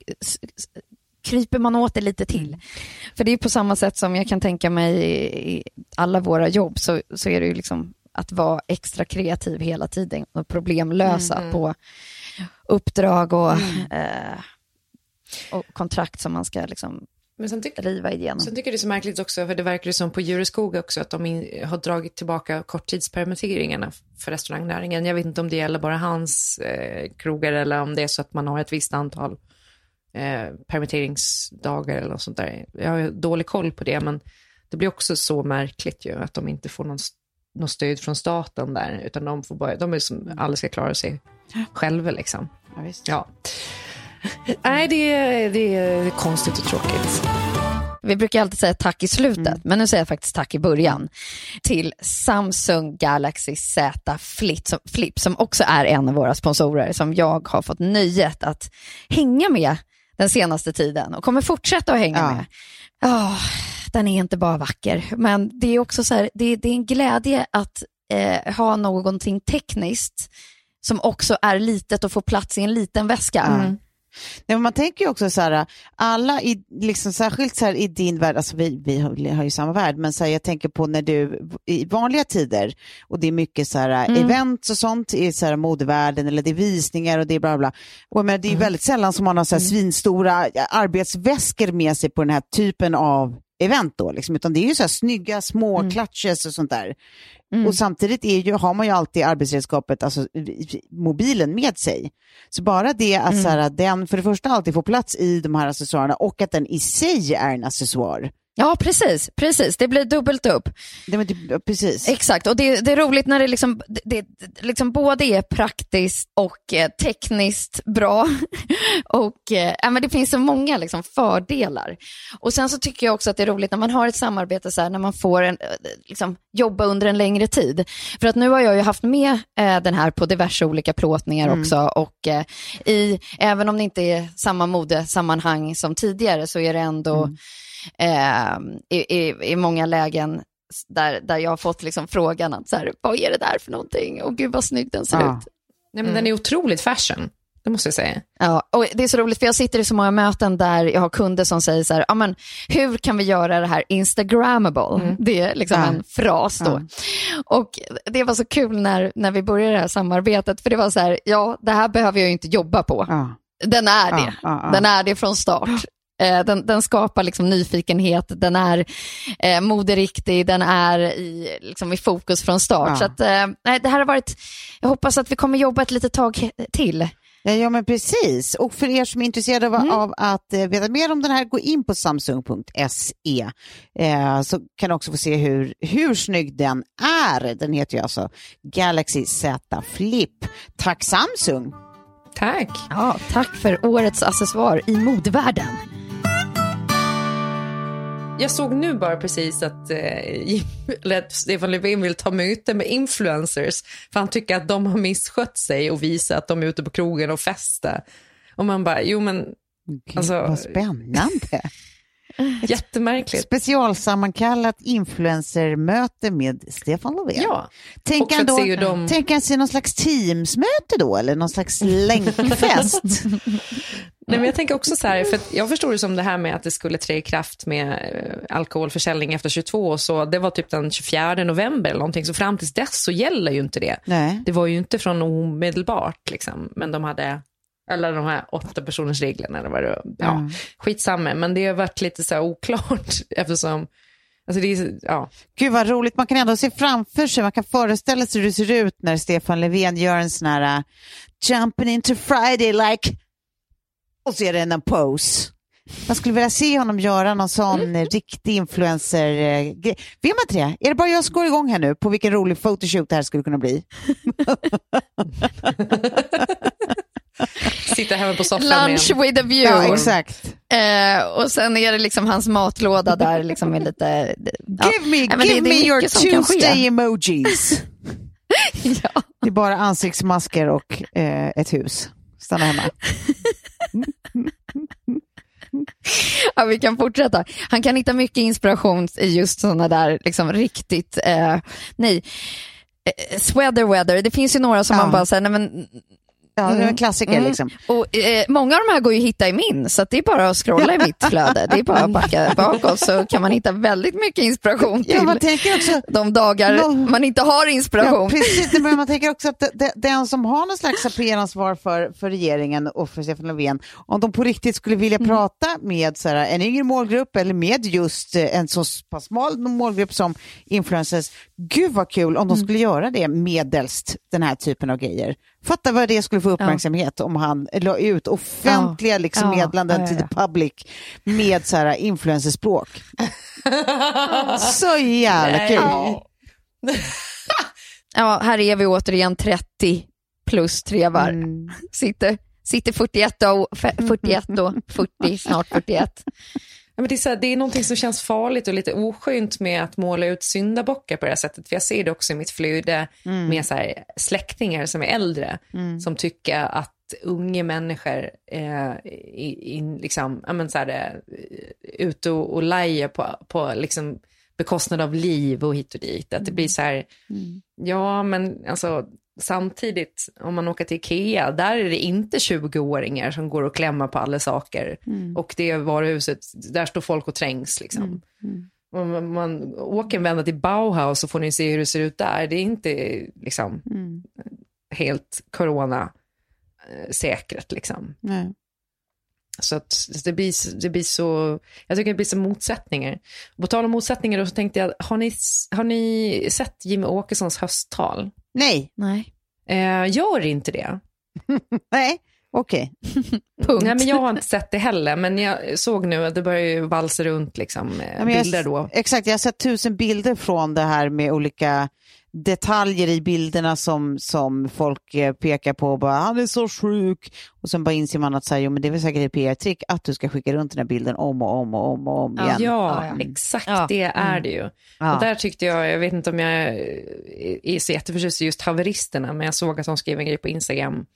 kryper man åt det lite till. För det är på samma sätt som jag kan tänka mig i alla våra jobb, så, så är det ju liksom att vara extra kreativ hela tiden och problemlösa mm. på uppdrag och, mm. eh, och kontrakt som man ska liksom Men sen tyck- riva igenom. Sen tycker jag det är så märkligt också, för det verkar ju som på Djureskog också att de in- har dragit tillbaka korttidspermitteringarna för restaurangnäringen. Jag vet inte om det gäller bara hans eh, krogar eller om det är så att man har ett visst antal Eh, permitteringsdagar eller något sånt där. Jag har dålig koll på det, men det blir också så märkligt ju att de inte får någon, någon stöd från staten där, utan de får bara, de är som alla ska klara sig själva liksom. Ja, visst. Ja. Nej, det är, det är konstigt och tråkigt. Vi brukar alltid säga tack i slutet, mm. men nu säger jag faktiskt tack i början till Samsung Galaxy Z Flip som, Flip som också är en av våra sponsorer, som jag har fått nöjet att hänga med den senaste tiden och kommer fortsätta att hänga ja. med. Oh, den är inte bara vacker, men det är också så här, det, det är en glädje att eh, ha någonting tekniskt som också är litet och får plats i en liten väska. Mm. Nej, man tänker ju också så här, alla i, liksom särskilt så här i din värld, alltså vi, vi har, har ju samma värld, men så här, jag tänker på när du i vanliga tider, och det är mycket så här mm. events och sånt i så här modevärlden, eller det är visningar och det är bla bla, och men det är ju mm. väldigt sällan som man har så här svinstora arbetsväskor med sig på den här typen av event då, liksom, utan det är ju så här snygga små mm. clutches och sånt där. Mm. Och samtidigt är ju, har man ju alltid arbetsredskapet, alltså mobilen med sig. Så bara det att, mm. så här, den för det första alltid får plats i de här accessoarerna, och att den i sig är en accessoar. Ja, precis, precis. Det blir dubbelt upp. Det, men det, precis. Exakt, och det, det är roligt när det liksom, det, det liksom både är praktiskt och eh, tekniskt bra. och eh, men det finns så många liksom fördelar. Och sen så tycker jag också att det är roligt när man har ett samarbete så här, när man får en, liksom, jobba under en längre tid. För att nu har jag ju haft med eh, den här på diverse olika plåtningar mm. också. Och eh, i, även om det inte är samma modesammanhang som tidigare, så är det ändå... Mm. Eh, i, i, i många lägen där, där jag har fått liksom frågan att så här, vad är det där för någonting? Och gud vad snygg den ser ja. ut. Nej, men mm. den är otroligt fashion, det måste jag säga. Ja, och det är så roligt för jag sitter i så många möten där jag har kunder som säger så här, ja men hur kan vi göra det här Instagrammable? Mm. Det är liksom ja. en fras då. Ja. Och det var så kul när, när vi började det här samarbetet, för det var så här, ja det här behöver jag ju inte jobba på. Ja. Den är det, ja, ja, ja. den är det från start. Den, den skapar liksom nyfikenhet, den är eh, moderiktig, den är i, liksom i fokus från start. Ja. Så att, eh, det här har varit, jag hoppas att vi kommer jobba ett litet tag till. Ja, ja men precis. Och för er som är intresserade av, mm. av att eh, veta mer om den här, gå in på samsung punkt se eh, så kan du också få se hur, hur snygg den är. Den heter ju alltså Galaxy Z Flip. Tack Samsung! Tack! Ja, tack för årets accessoar i modevärlden. Jag såg nu bara precis att, eh, att Stefan Löfven vill ta möte med influencers för han tycker att de har misskött sig och visa att de är ute på krogen och festa. Och man bara, jo men... Gud, alltså, vad spännande. Jättemärkligt. Specialsammankallat influencermöte med Stefan Löfven. Ja. Tänk han då, se de... tänk han sig någon slags teamsmöte då, eller någon slags länkfest? Nej, men jag tänker också så här, för att jag förstår det som det här med att det skulle trä i kraft med alkoholförsäljning efter tjugotvå, så det var typ den tjugofjärde november eller någonting, så fram tills dess så gäller ju inte det. Nej. Det var ju inte från omedelbart liksom, men de hade, eller de här åtta personers reglerna eller vad det var, ja, mm. skitsamma, men det har varit lite så här oklart eftersom, alltså det är, ja. Gud vad roligt, man kan ändå se framför sig, man kan föreställa sig hur det ser ut när Stefan Löfven gör en sån här uh, jumping into Friday like, och så är det en pose. Man skulle vilja se honom göra någon sån mm. riktig influencer-grej. Uh, Vet man inte det? Är det bara jag som går igång här nu på vilken rolig photoshoot det här skulle kunna bli? Sitta hemma på soffan Lunch med en... with a view. Ja, exakt. Eh, och sen är det liksom hans matlåda där liksom med lite... Ja. Give me, Nej, give det, det me your Tuesday emojis. Ja. Det är bara ansiktsmasker och eh, ett hus. Stanna hemma. Ja, vi kan fortsätta. Han kan hitta mycket inspiration i just sådana där liksom riktigt... Eh, nej, eh, sweater weather. Det finns ju några som ja. man bara säger, nej men... Ja, det är en klassiker mm. liksom. Och eh, många av de här går ju att hitta i min, så att det är bara att scrolla i mitt flöde. Det är bara att backa bakåt, så kan man hitta väldigt mycket inspiration till ja, man tänker också, de dagar no, man inte har inspiration. Ja, precis, men man tänker också att det, det, den som har någon slags P R-ansvar för, för regeringen och för Stefan Löfven, om de på riktigt skulle vilja mm. prata med så här, en yngre målgrupp eller med just en så pass smal målgrupp som influencers, gud vad kul om de skulle mm. göra det medelst den här typen av grejer. Fatta vad det skulle få uppmärksamhet ja. om han la ut offentliga ja. liksom, ja. meddelanden ja, ja, ja. till the public med så här influencerspråk. Så jävla kul. Ja. Ja, här är vi återigen trettio plus trevar. Mm. Sitter, sitter fyrtioett och fyrtioett och fyrtio, snart fyrtioett. Ja, men det, är så här, det är någonting som känns farligt och lite oskönt med att måla ut syndabockar på det här sättet. För jag ser det också i mitt flöde mm. med så här, släktingar som är äldre mm. som tycker att unga människor är eh, liksom, ja, men så här, ute och, och lejer på, på liksom bekostnad av liv och hit och dit. Att det blir så här, mm. ja men alltså... Samtidigt, om man åker till Ikea, där är det inte tjugo-åringar som går och klämmer på alla saker. Mm. Och det varuhuset, där står folk och trängs. Liksom. Mm. Mm. Om man, man åker en vända till Bauhaus så får ni se hur det ser ut där. Det är inte liksom, mm. helt corona-säkert. Liksom. Nej. Så att det blir, det blir så, jag tycker det blir så motsättningar. På tal om motsättningar då, så tänkte jag, har ni, har ni sett Jimmy Åkessons hösttal? Nej. Nej. Eh, gör inte det. Nej, okej. Okay. Nej, men jag har inte sett det heller. Men jag såg nu att det börjar ju valsa runt liksom, eh, bilder jag, då. Exakt, jag har sett tusen bilder från det här med olika detaljer i bilderna som, som folk pekar på och bara, han är så sjuk. Och sen bara inser man att så här, jo, men det är väl säkert ett P R-trick att du ska skicka runt den här bilden om och om och om och om igen. Ja, ja. exakt ja. det är det ju. Ja. Och där tyckte jag, jag vet inte om jag är så jätteförtjust i just haveristerna, men jag såg att de skrev en grej på Instagram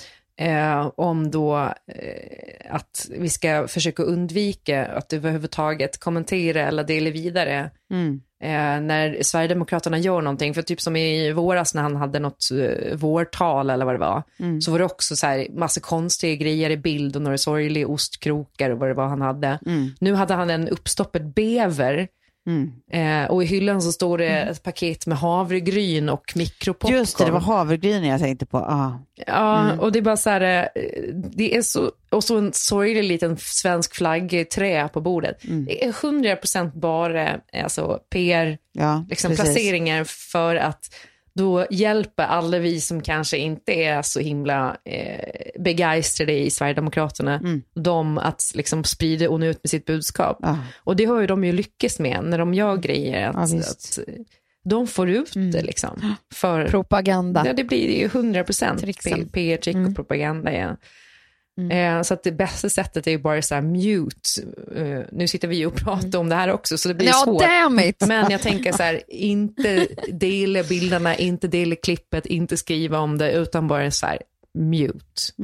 eh, om då eh, att vi ska försöka undvika att överhuvudtaget kommentera eller dela vidare mm. Eh, när Sverigedemokraterna gör någonting, för typ som i våras när han hade något uh, vårtal eller vad det var, mm. så var det också så här massa konstiga grejer i bild och några sorgliga ostkrokar och vad det var han hade. Mm. Nu hade han en uppstoppad bever mm. eh, och i hyllan så står det mm. ett paket med havregryn och mikropopcorn. Just det, det var havregryn jag tänkte på. Ah. Ja, mm. och det är bara så här, det är så, och så en sorglig liten svensk flagg trä på bordet. Mm. Det är hundra procent bara alltså P R ja, liksom, placeringar för att då hjälper alla vi som kanske inte är så himla eh, begeistrade i Sverigedemokraterna mm. de att liksom sprida och nå ut med sitt budskap. Ah. Och det har ju de ju lyckats med när de gör grejer att, ja, att de får ut mm. det liksom. För, propaganda. Ja, det blir ju hundra procent P R-trick mm. och propaganda, ja. Mm. Eh, så att det bästa sättet är ju bara så här mute. Uh, nu sitter vi och pratar mm. om det här också, så det blir ja, svårt. Damn it. Men jag tänker så här, inte dela bilderna, inte dela klippet, inte skriva om det, utan bara så här mute. Mm.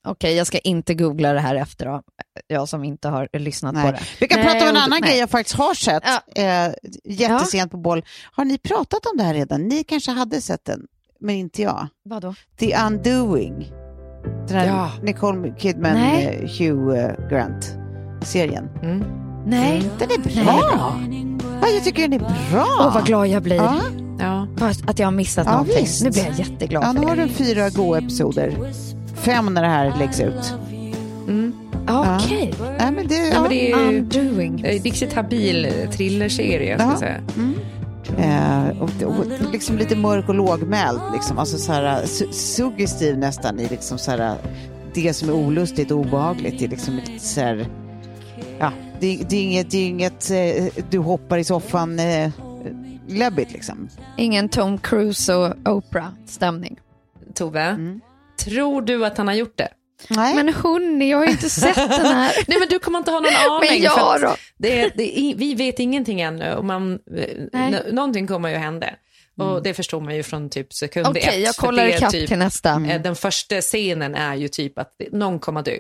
Okej, jag ska inte googla det här efter då. Jag som inte har lyssnat Nej. på det. Vi kan Nej, prata om en och- annan nej. grej jag faktiskt har sett. Ja. Eh, jättesent på boll. Har ni pratat om det här redan? Ni kanske hade sett den, men inte jag. Vadå? The Undoing. Den här Ja. Nicole Kidman, Nej. eh, Hugh eh, Grant-serien. Mm. Nej. Den är bra. Ja, jag tycker den är bra. Åh, vad glad jag blir. Ja, Ja. Fast att jag har missat Ja, någonting. visst. Nu blir jag jätteglad ja, för nu har det. den fyra goda episoder. Fem när det här läggs ut. Mm. Ja, Okej. Nej, men det, Ja, ja. men det är ju Undoing. det är en riktigt habil thrillerserie, ska Ja. jag säga. Eh, och, och liksom lite mörk och lågmäld liksom. Alltså så här su- suggestiv nästan i liksom så här det som är olustigt och obehagligt. Det är liksom lite så här, ja, det, det är inget, det är inget eh, du hoppar i soffan eh, läbbigt liksom. Ingen Tom Cruise och Oprah-stämning. Tove, Mm. tror du att han har gjort det? Nej. Men hörni, jag har ju inte sett den här. Nej, men du kommer inte ha någon aning. Men jag för att då? Det är, det är, vi vet ingenting ännu. Och man, n- någonting kommer ju hända. Och det förstår man ju från typ sekund Okej, ett. jag för kollar det är ikapp typ, till nästa. eh, Den första scenen är ju typ att det- någon kommer dö.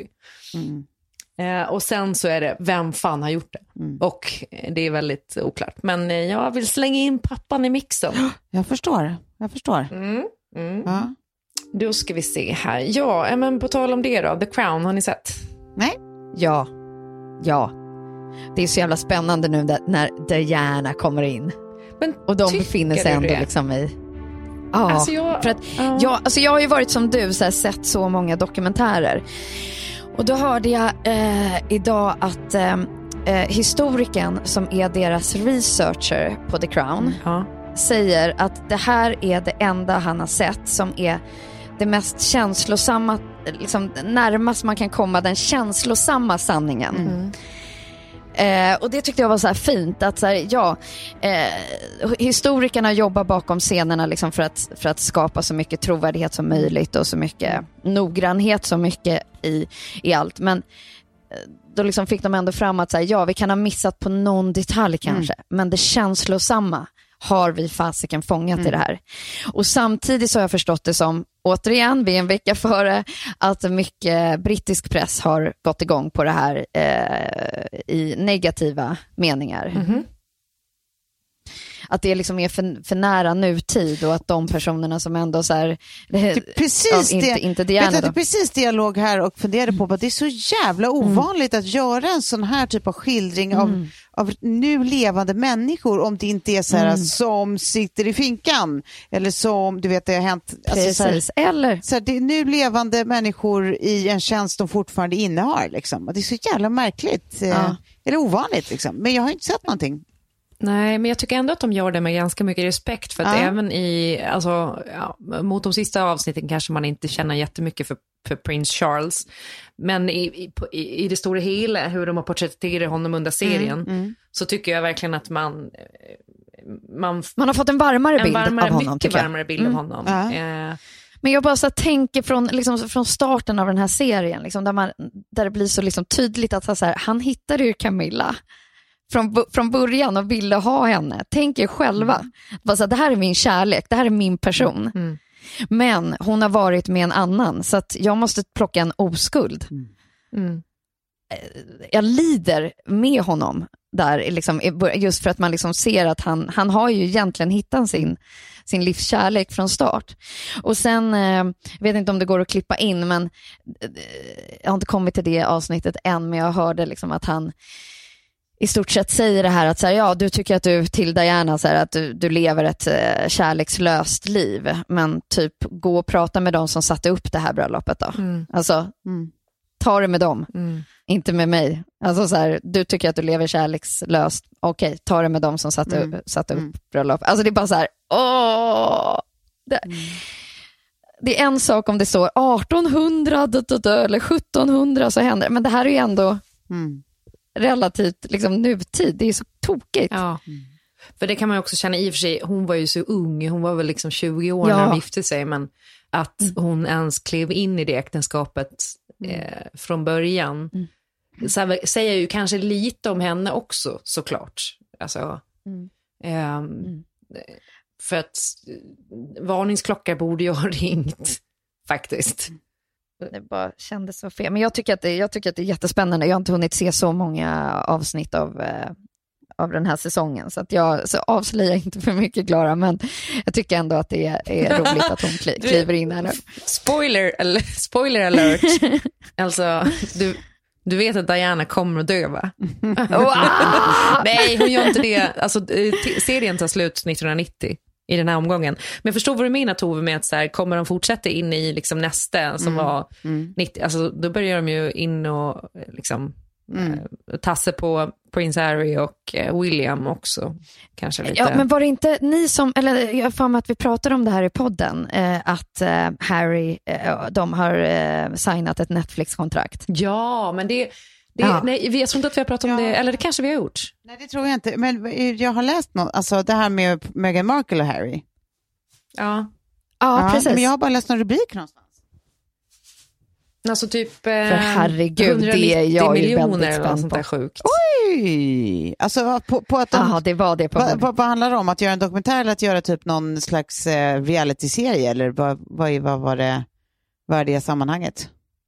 Eh, och sen så är det, vem fan har gjort det? Och eh, det är väldigt oklart. Men eh, jag vill slänga in pappan i mixen. Jag förstår, jag förstår. Mm. Mm. Ja. Då ska vi se här. Ja, eh, men på tal om det då. The Crown, har ni sett? Nej. Ja, ja. Det är så jävla spännande nu där, när Diana kommer in. Men Och de tycker befinner sig du ändå det? liksom i... Ja, Alltså jag- för att ja. jag, alltså jag har ju varit som du, så här, sett så många dokumentärer. Och då hörde jag eh, idag att eh, eh, historikern som är deras researcher på The Crown Ja. säger att det här är det enda han har sett som är det mest känslosamma, liksom närmast man kan komma den känslosamma sanningen. Mm. Eh, och det tyckte jag var så här fint att så här, ja, eh, historikerna jobbar bakom scenerna liksom för, att, för att skapa så mycket trovärdighet som möjligt och så mycket noggrannhet så mycket i, i allt. Men eh, då liksom fick de ändå fram att så här, ja, vi kan ha missat på någon detalj kanske, men det känslosamma har vi fasiken fångat i det här. Och samtidigt så har jag förstått det som, återigen, vi är en vecka före, att mycket brittisk press har gått igång på det här eh, i negativa meningar. Mhm. Att det liksom är för, för nära nutid och att de personerna som ändå så här... Det är precis ja, inte, det. inte Vet Diana du, det är då. precis det jag låg här och funderade på. Att det är så jävla ovanligt att göra en sån här typ av skildring av, av nu levande människor, om det inte är så här som sitter i finkan eller som, du vet, det har hänt. Alltså, så här, Precis, eller... så här, det är nu levande människor i en tjänst de fortfarande innehar. Liksom. Och det är så jävla märkligt. eh, Ja. Eller ovanligt. Liksom. Men jag har inte sett någonting. Nej, men jag tycker ändå att de gör det med ganska mycket respekt. För att Ja. även i, alltså, ja, mot de sista avsnitten kanske man inte känner jättemycket för, för Prince Charles. Men i, i, på- i, i det stora hela, hur de har porträtterat honom under serien, så tycker jag verkligen att man, man Man har fått en varmare en bild varmare, av honom, mycket tycker jag. varmare bild av honom. Ja. Eh, Men jag bara så här tänker från, liksom, från starten av den här serien, liksom, där, man, där det blir så liksom tydligt att så här, han hittade ju Camilla från, bu- från början och ville ha henne. Tänk er själva. Bara så här, det här är min kärlek, det här är min person. Mm. Men hon har varit med en annan, så att jag måste plocka en oskuld. mm. Jag lider med honom där, liksom, just för att man liksom ser att han, han har ju egentligen hittat sin, sin livskärlek från start. Och sen, eh, jag vet inte om det går att klippa in, men eh, jag har inte kommit till det avsnittet än, men jag hörde liksom att han i stort sett säger det här att så här, ja, du tycker att du till Diana så här, att du, du lever ett eh, kärlekslöst liv, men typ gå och prata med dem som satte upp det här bröllopet då. Mm. Alltså, Mm. ta det med dem. Mm. Inte med mig. Alltså så här, du tycker att du lever kärlekslöst. Okej, ta det med dem som satte, Mm. satte upp Mm. bröllop. Alltså det är bara så här, åh! Det, det är en sak om det står artonhundra dö, dö, dö, eller sjuttonhundra så händer det. Men det här är ju ändå Mm. relativt liksom, nutid. Det är så tokigt. Ja. För det kan man ju också känna, i och för sig, hon var ju så ung, hon var väl liksom tjugo år Ja. när de gifte sig, men att hon ens klev in i det äktenskapet eh, från början, så här, säger ju kanske lite om henne också, såklart. Alltså, Mm. ehm, för att eh, varningsklockor borde ju ha ringt, faktiskt. Det bara kändes så fel. Men jag tycker att det, jag tycker att det är jättespännande. Jag har inte hunnit se så många avsnitt av, eh, av den här säsongen. Så, att jag, så avslöjar inte för mycket, Klara. Men jag tycker ändå att det är, är roligt att hon kli, kliver in här nu. Spoiler, eller, spoiler alert. Alltså, du... Du vet att Diana kommer att dö, va? Wow! Nej, hon gör inte det. Alltså, t- serien tar slut nittonhundranittio i den här omgången. Men jag förstår vad du menar, Tove, med att så här, kommer de fortsätta in i liksom nästa som mm. var mm. nittio, alltså då börjar de ju in och liksom mm. eh, tasse på Prince Harry och eh, William också. Kanske lite. Ja, men var det inte ni som, eller jag får med att vi pratade om det här i podden, eh, att eh, Harry, eh, de har eh, signat ett Netflix-kontrakt. Ja, men det, det ja. nej, jag tror inte att vi har pratat om ja. det, eller det kanske vi har gjort. Nej, det tror jag inte, men jag har läst något, alltså det här med Meghan Markle och Harry. Ja, ja, ja precis. Men jag har bara läst någon rubrik någonstans. Alltså typ eh, för herregud, det är jag ju väldigt spänd sånt där sjukt. Oj! Alltså på, på att de, Aha, det var det på vad, vad, vad handlar det om? Att göra en dokumentär eller att göra typ någon slags eh, reality-serie? Eller vad, vad, vad var det, vad är det sammanhanget?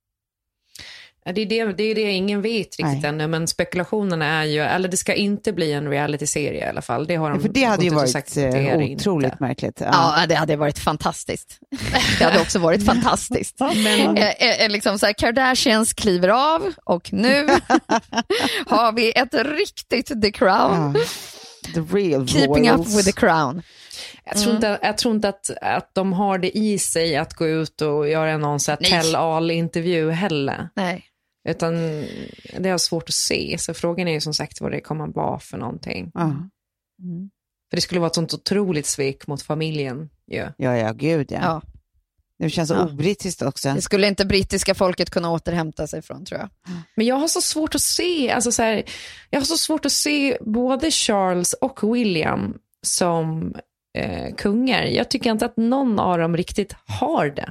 Ja, det, är det, det är det ingen vet riktigt Nej. ännu, men spekulationerna är ju, eller det ska inte bli en reality-serie i alla fall. Det har de, ja, för det hade ju varit sagt, det otroligt inte. märkligt. Ja. ja, det hade varit fantastiskt. Det hade också varit fantastiskt. Men eh, liksom så här, Kardashians kliver av och nu har vi ett riktigt The Crown. Ja. The real Keeping royals. up with the crown. Jag tror inte, jag tror inte att, att de har det i sig att gå ut och göra någon så här tell all-intervju heller. Nej. Utan det är svårt att se. Så frågan är ju som sagt vad det kommer att vara för någonting. Ja. Mm. För det skulle vara ett sånt otroligt svek mot familjen. Yeah. Ja, ja, gud ja. ja. Det känns så ja. obrittiskt också. Det skulle inte brittiska folket kunna återhämta sig från, tror jag. Men jag har så svårt att se, alltså så här, jag har så svårt att se både Charles och William som eh, kungar. Jag tycker inte att någon av dem riktigt har det.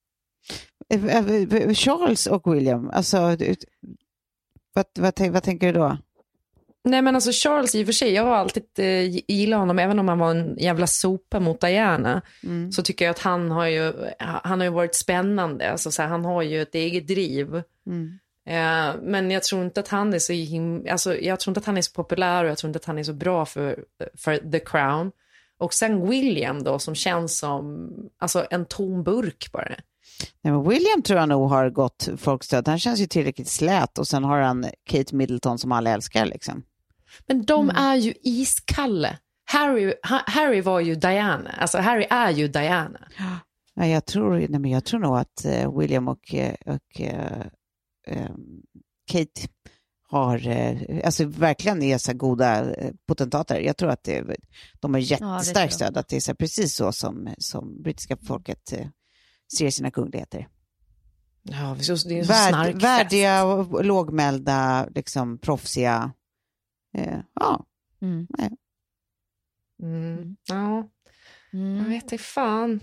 Charles och William, alltså vad, vad, vad tänker du då? Nej, men alltså Charles i och för sig, jag har alltid eh, gillat honom, även om han var en jävla sopa mot Diana, mm. så tycker jag att han har ju, han har ju varit spännande, alltså så här, han har ju ett eget driv. Mm. Eh, men jag tror inte att han är så him- alltså, jag tror inte att han är så populär och jag tror inte att han är så bra för, för The Crown. Och sen William då, som känns som alltså en tom burk bara. Nej, men William tror jag nog har gått folkstöd. Han känns ju tillräckligt slät och sen har han Kate Middleton som alla älskar liksom. Men de mm. är ju iskalle. Harry, ha, Harry var ju Diana. Alltså Harry är ju Diana. Ja, jag tror, nej, men jag tror nog att uh, William och, och uh, um, Kate har, uh, alltså verkligen är så goda uh, potentater. Jag tror att det, de har jättestarkt stöd. Att det är så precis så som, som brittiska folket uh, ser sina kungligheter. Ja, det är så, det är så Värd, snarkfest. Värdiga och lågmälda, liksom proffsiga. Eh, ja. Mm. Nej. Mm. Ja. Mm. Jag vet inte fan.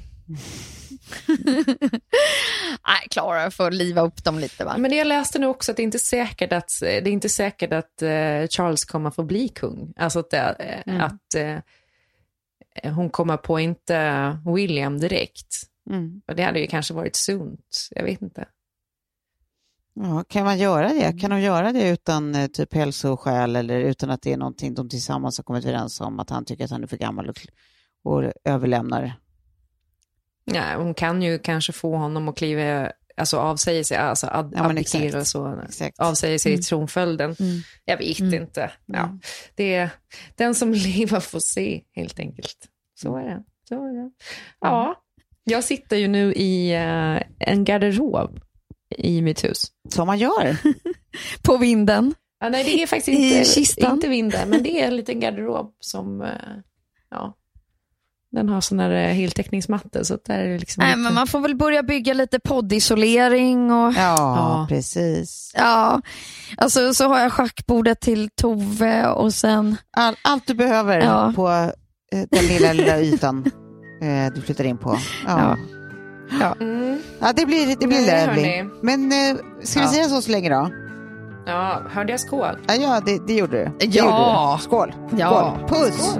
Nej, Klara får liva upp dem lite, va? Men det jag läste nu också att det är inte säkert att det är inte säkert att uh, Charles kommer få bli kung. Alltså att, uh, mm. att uh, hon kommer på inte William direkt. Mm. Och det hade ju kanske varit sunt. Jag vet inte. Ja, kan man göra det? Kan de göra det utan eh, typ hälsoskäl eller utan att det är någonting de tillsammans har kommit överens om att han tycker att han är för gammal och, och överlämnar? Nej, hon kan ju kanske få honom att kliva, alltså avsäga sig, alltså ad, ja, abdikera så, avsäga sig mm. i tronföljden. Mm. Jag vet mm. inte. Ja, det är den som lever får se helt enkelt. Så är det. Så är det. Ja, jag sitter ju nu i uh, en garderob i mitt hus. Som man gör. På vinden. Ja, nej, det är faktiskt inte, inte vinden, men det är en liten garderob som, uh, ja, den har sån här heltäckningsmatta. Så där är det liksom nej, lite... men man får väl börja bygga lite poddisolering. Och... Ja, ja, precis. Ja, alltså så har jag schackbordet till Tove och sen... All, allt du behöver ja. på eh, den lilla, lilla ytan eh, du flyttar in på. Ja. Ja. Ja. Mm. Ja, det blir, det blir lövligt. Men äh, ska vi ja. säga så så länge då? Ja, hörde jag skål? Ja, ja det, det gjorde du. Det ja. Gjorde du. Skål. Ja. Skål. Puss. Skål.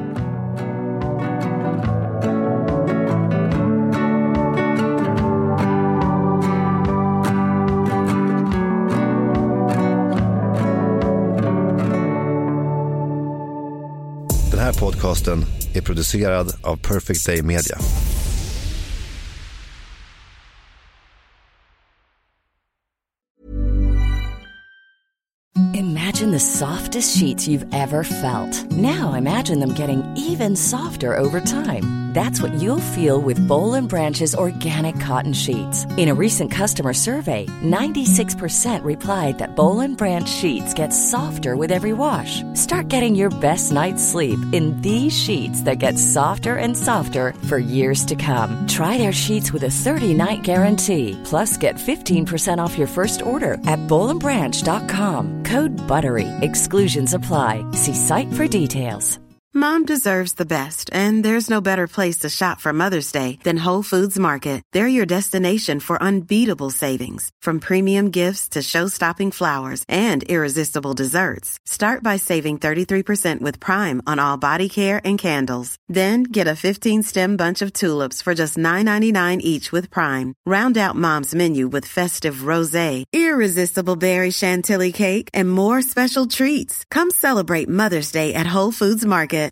här podcasten är producerad av Perfect Day Media. Imagine the softest sheets you've ever felt. Now imagine them getting even softer over time. That's what you'll feel with Boll and Branch's organic cotton sheets. In a recent customer survey, ninety-six percent replied that Boll and Branch sheets get softer with every wash. Start getting your best night's sleep in these sheets that get softer and softer for years to come. Try their sheets with a thirty-night guarantee. Plus, get fifteen percent off your first order at boll and branch dot com. Code BUTTERY. Exclusions apply. See site for details. Mom deserves the best, and there's no better place to shop for Mother's Day than Whole Foods Market. They're your destination for unbeatable savings, from premium gifts to show-stopping flowers and irresistible desserts. Start by saving thirty-three percent with Prime on all body care and candles. Then get a fifteen-stem bunch of tulips for just nine ninety-nine each with Prime. Round out Mom's menu with festive rosé, irresistible berry chantilly cake, and more special treats. Come celebrate Mother's Day at Whole Foods Market.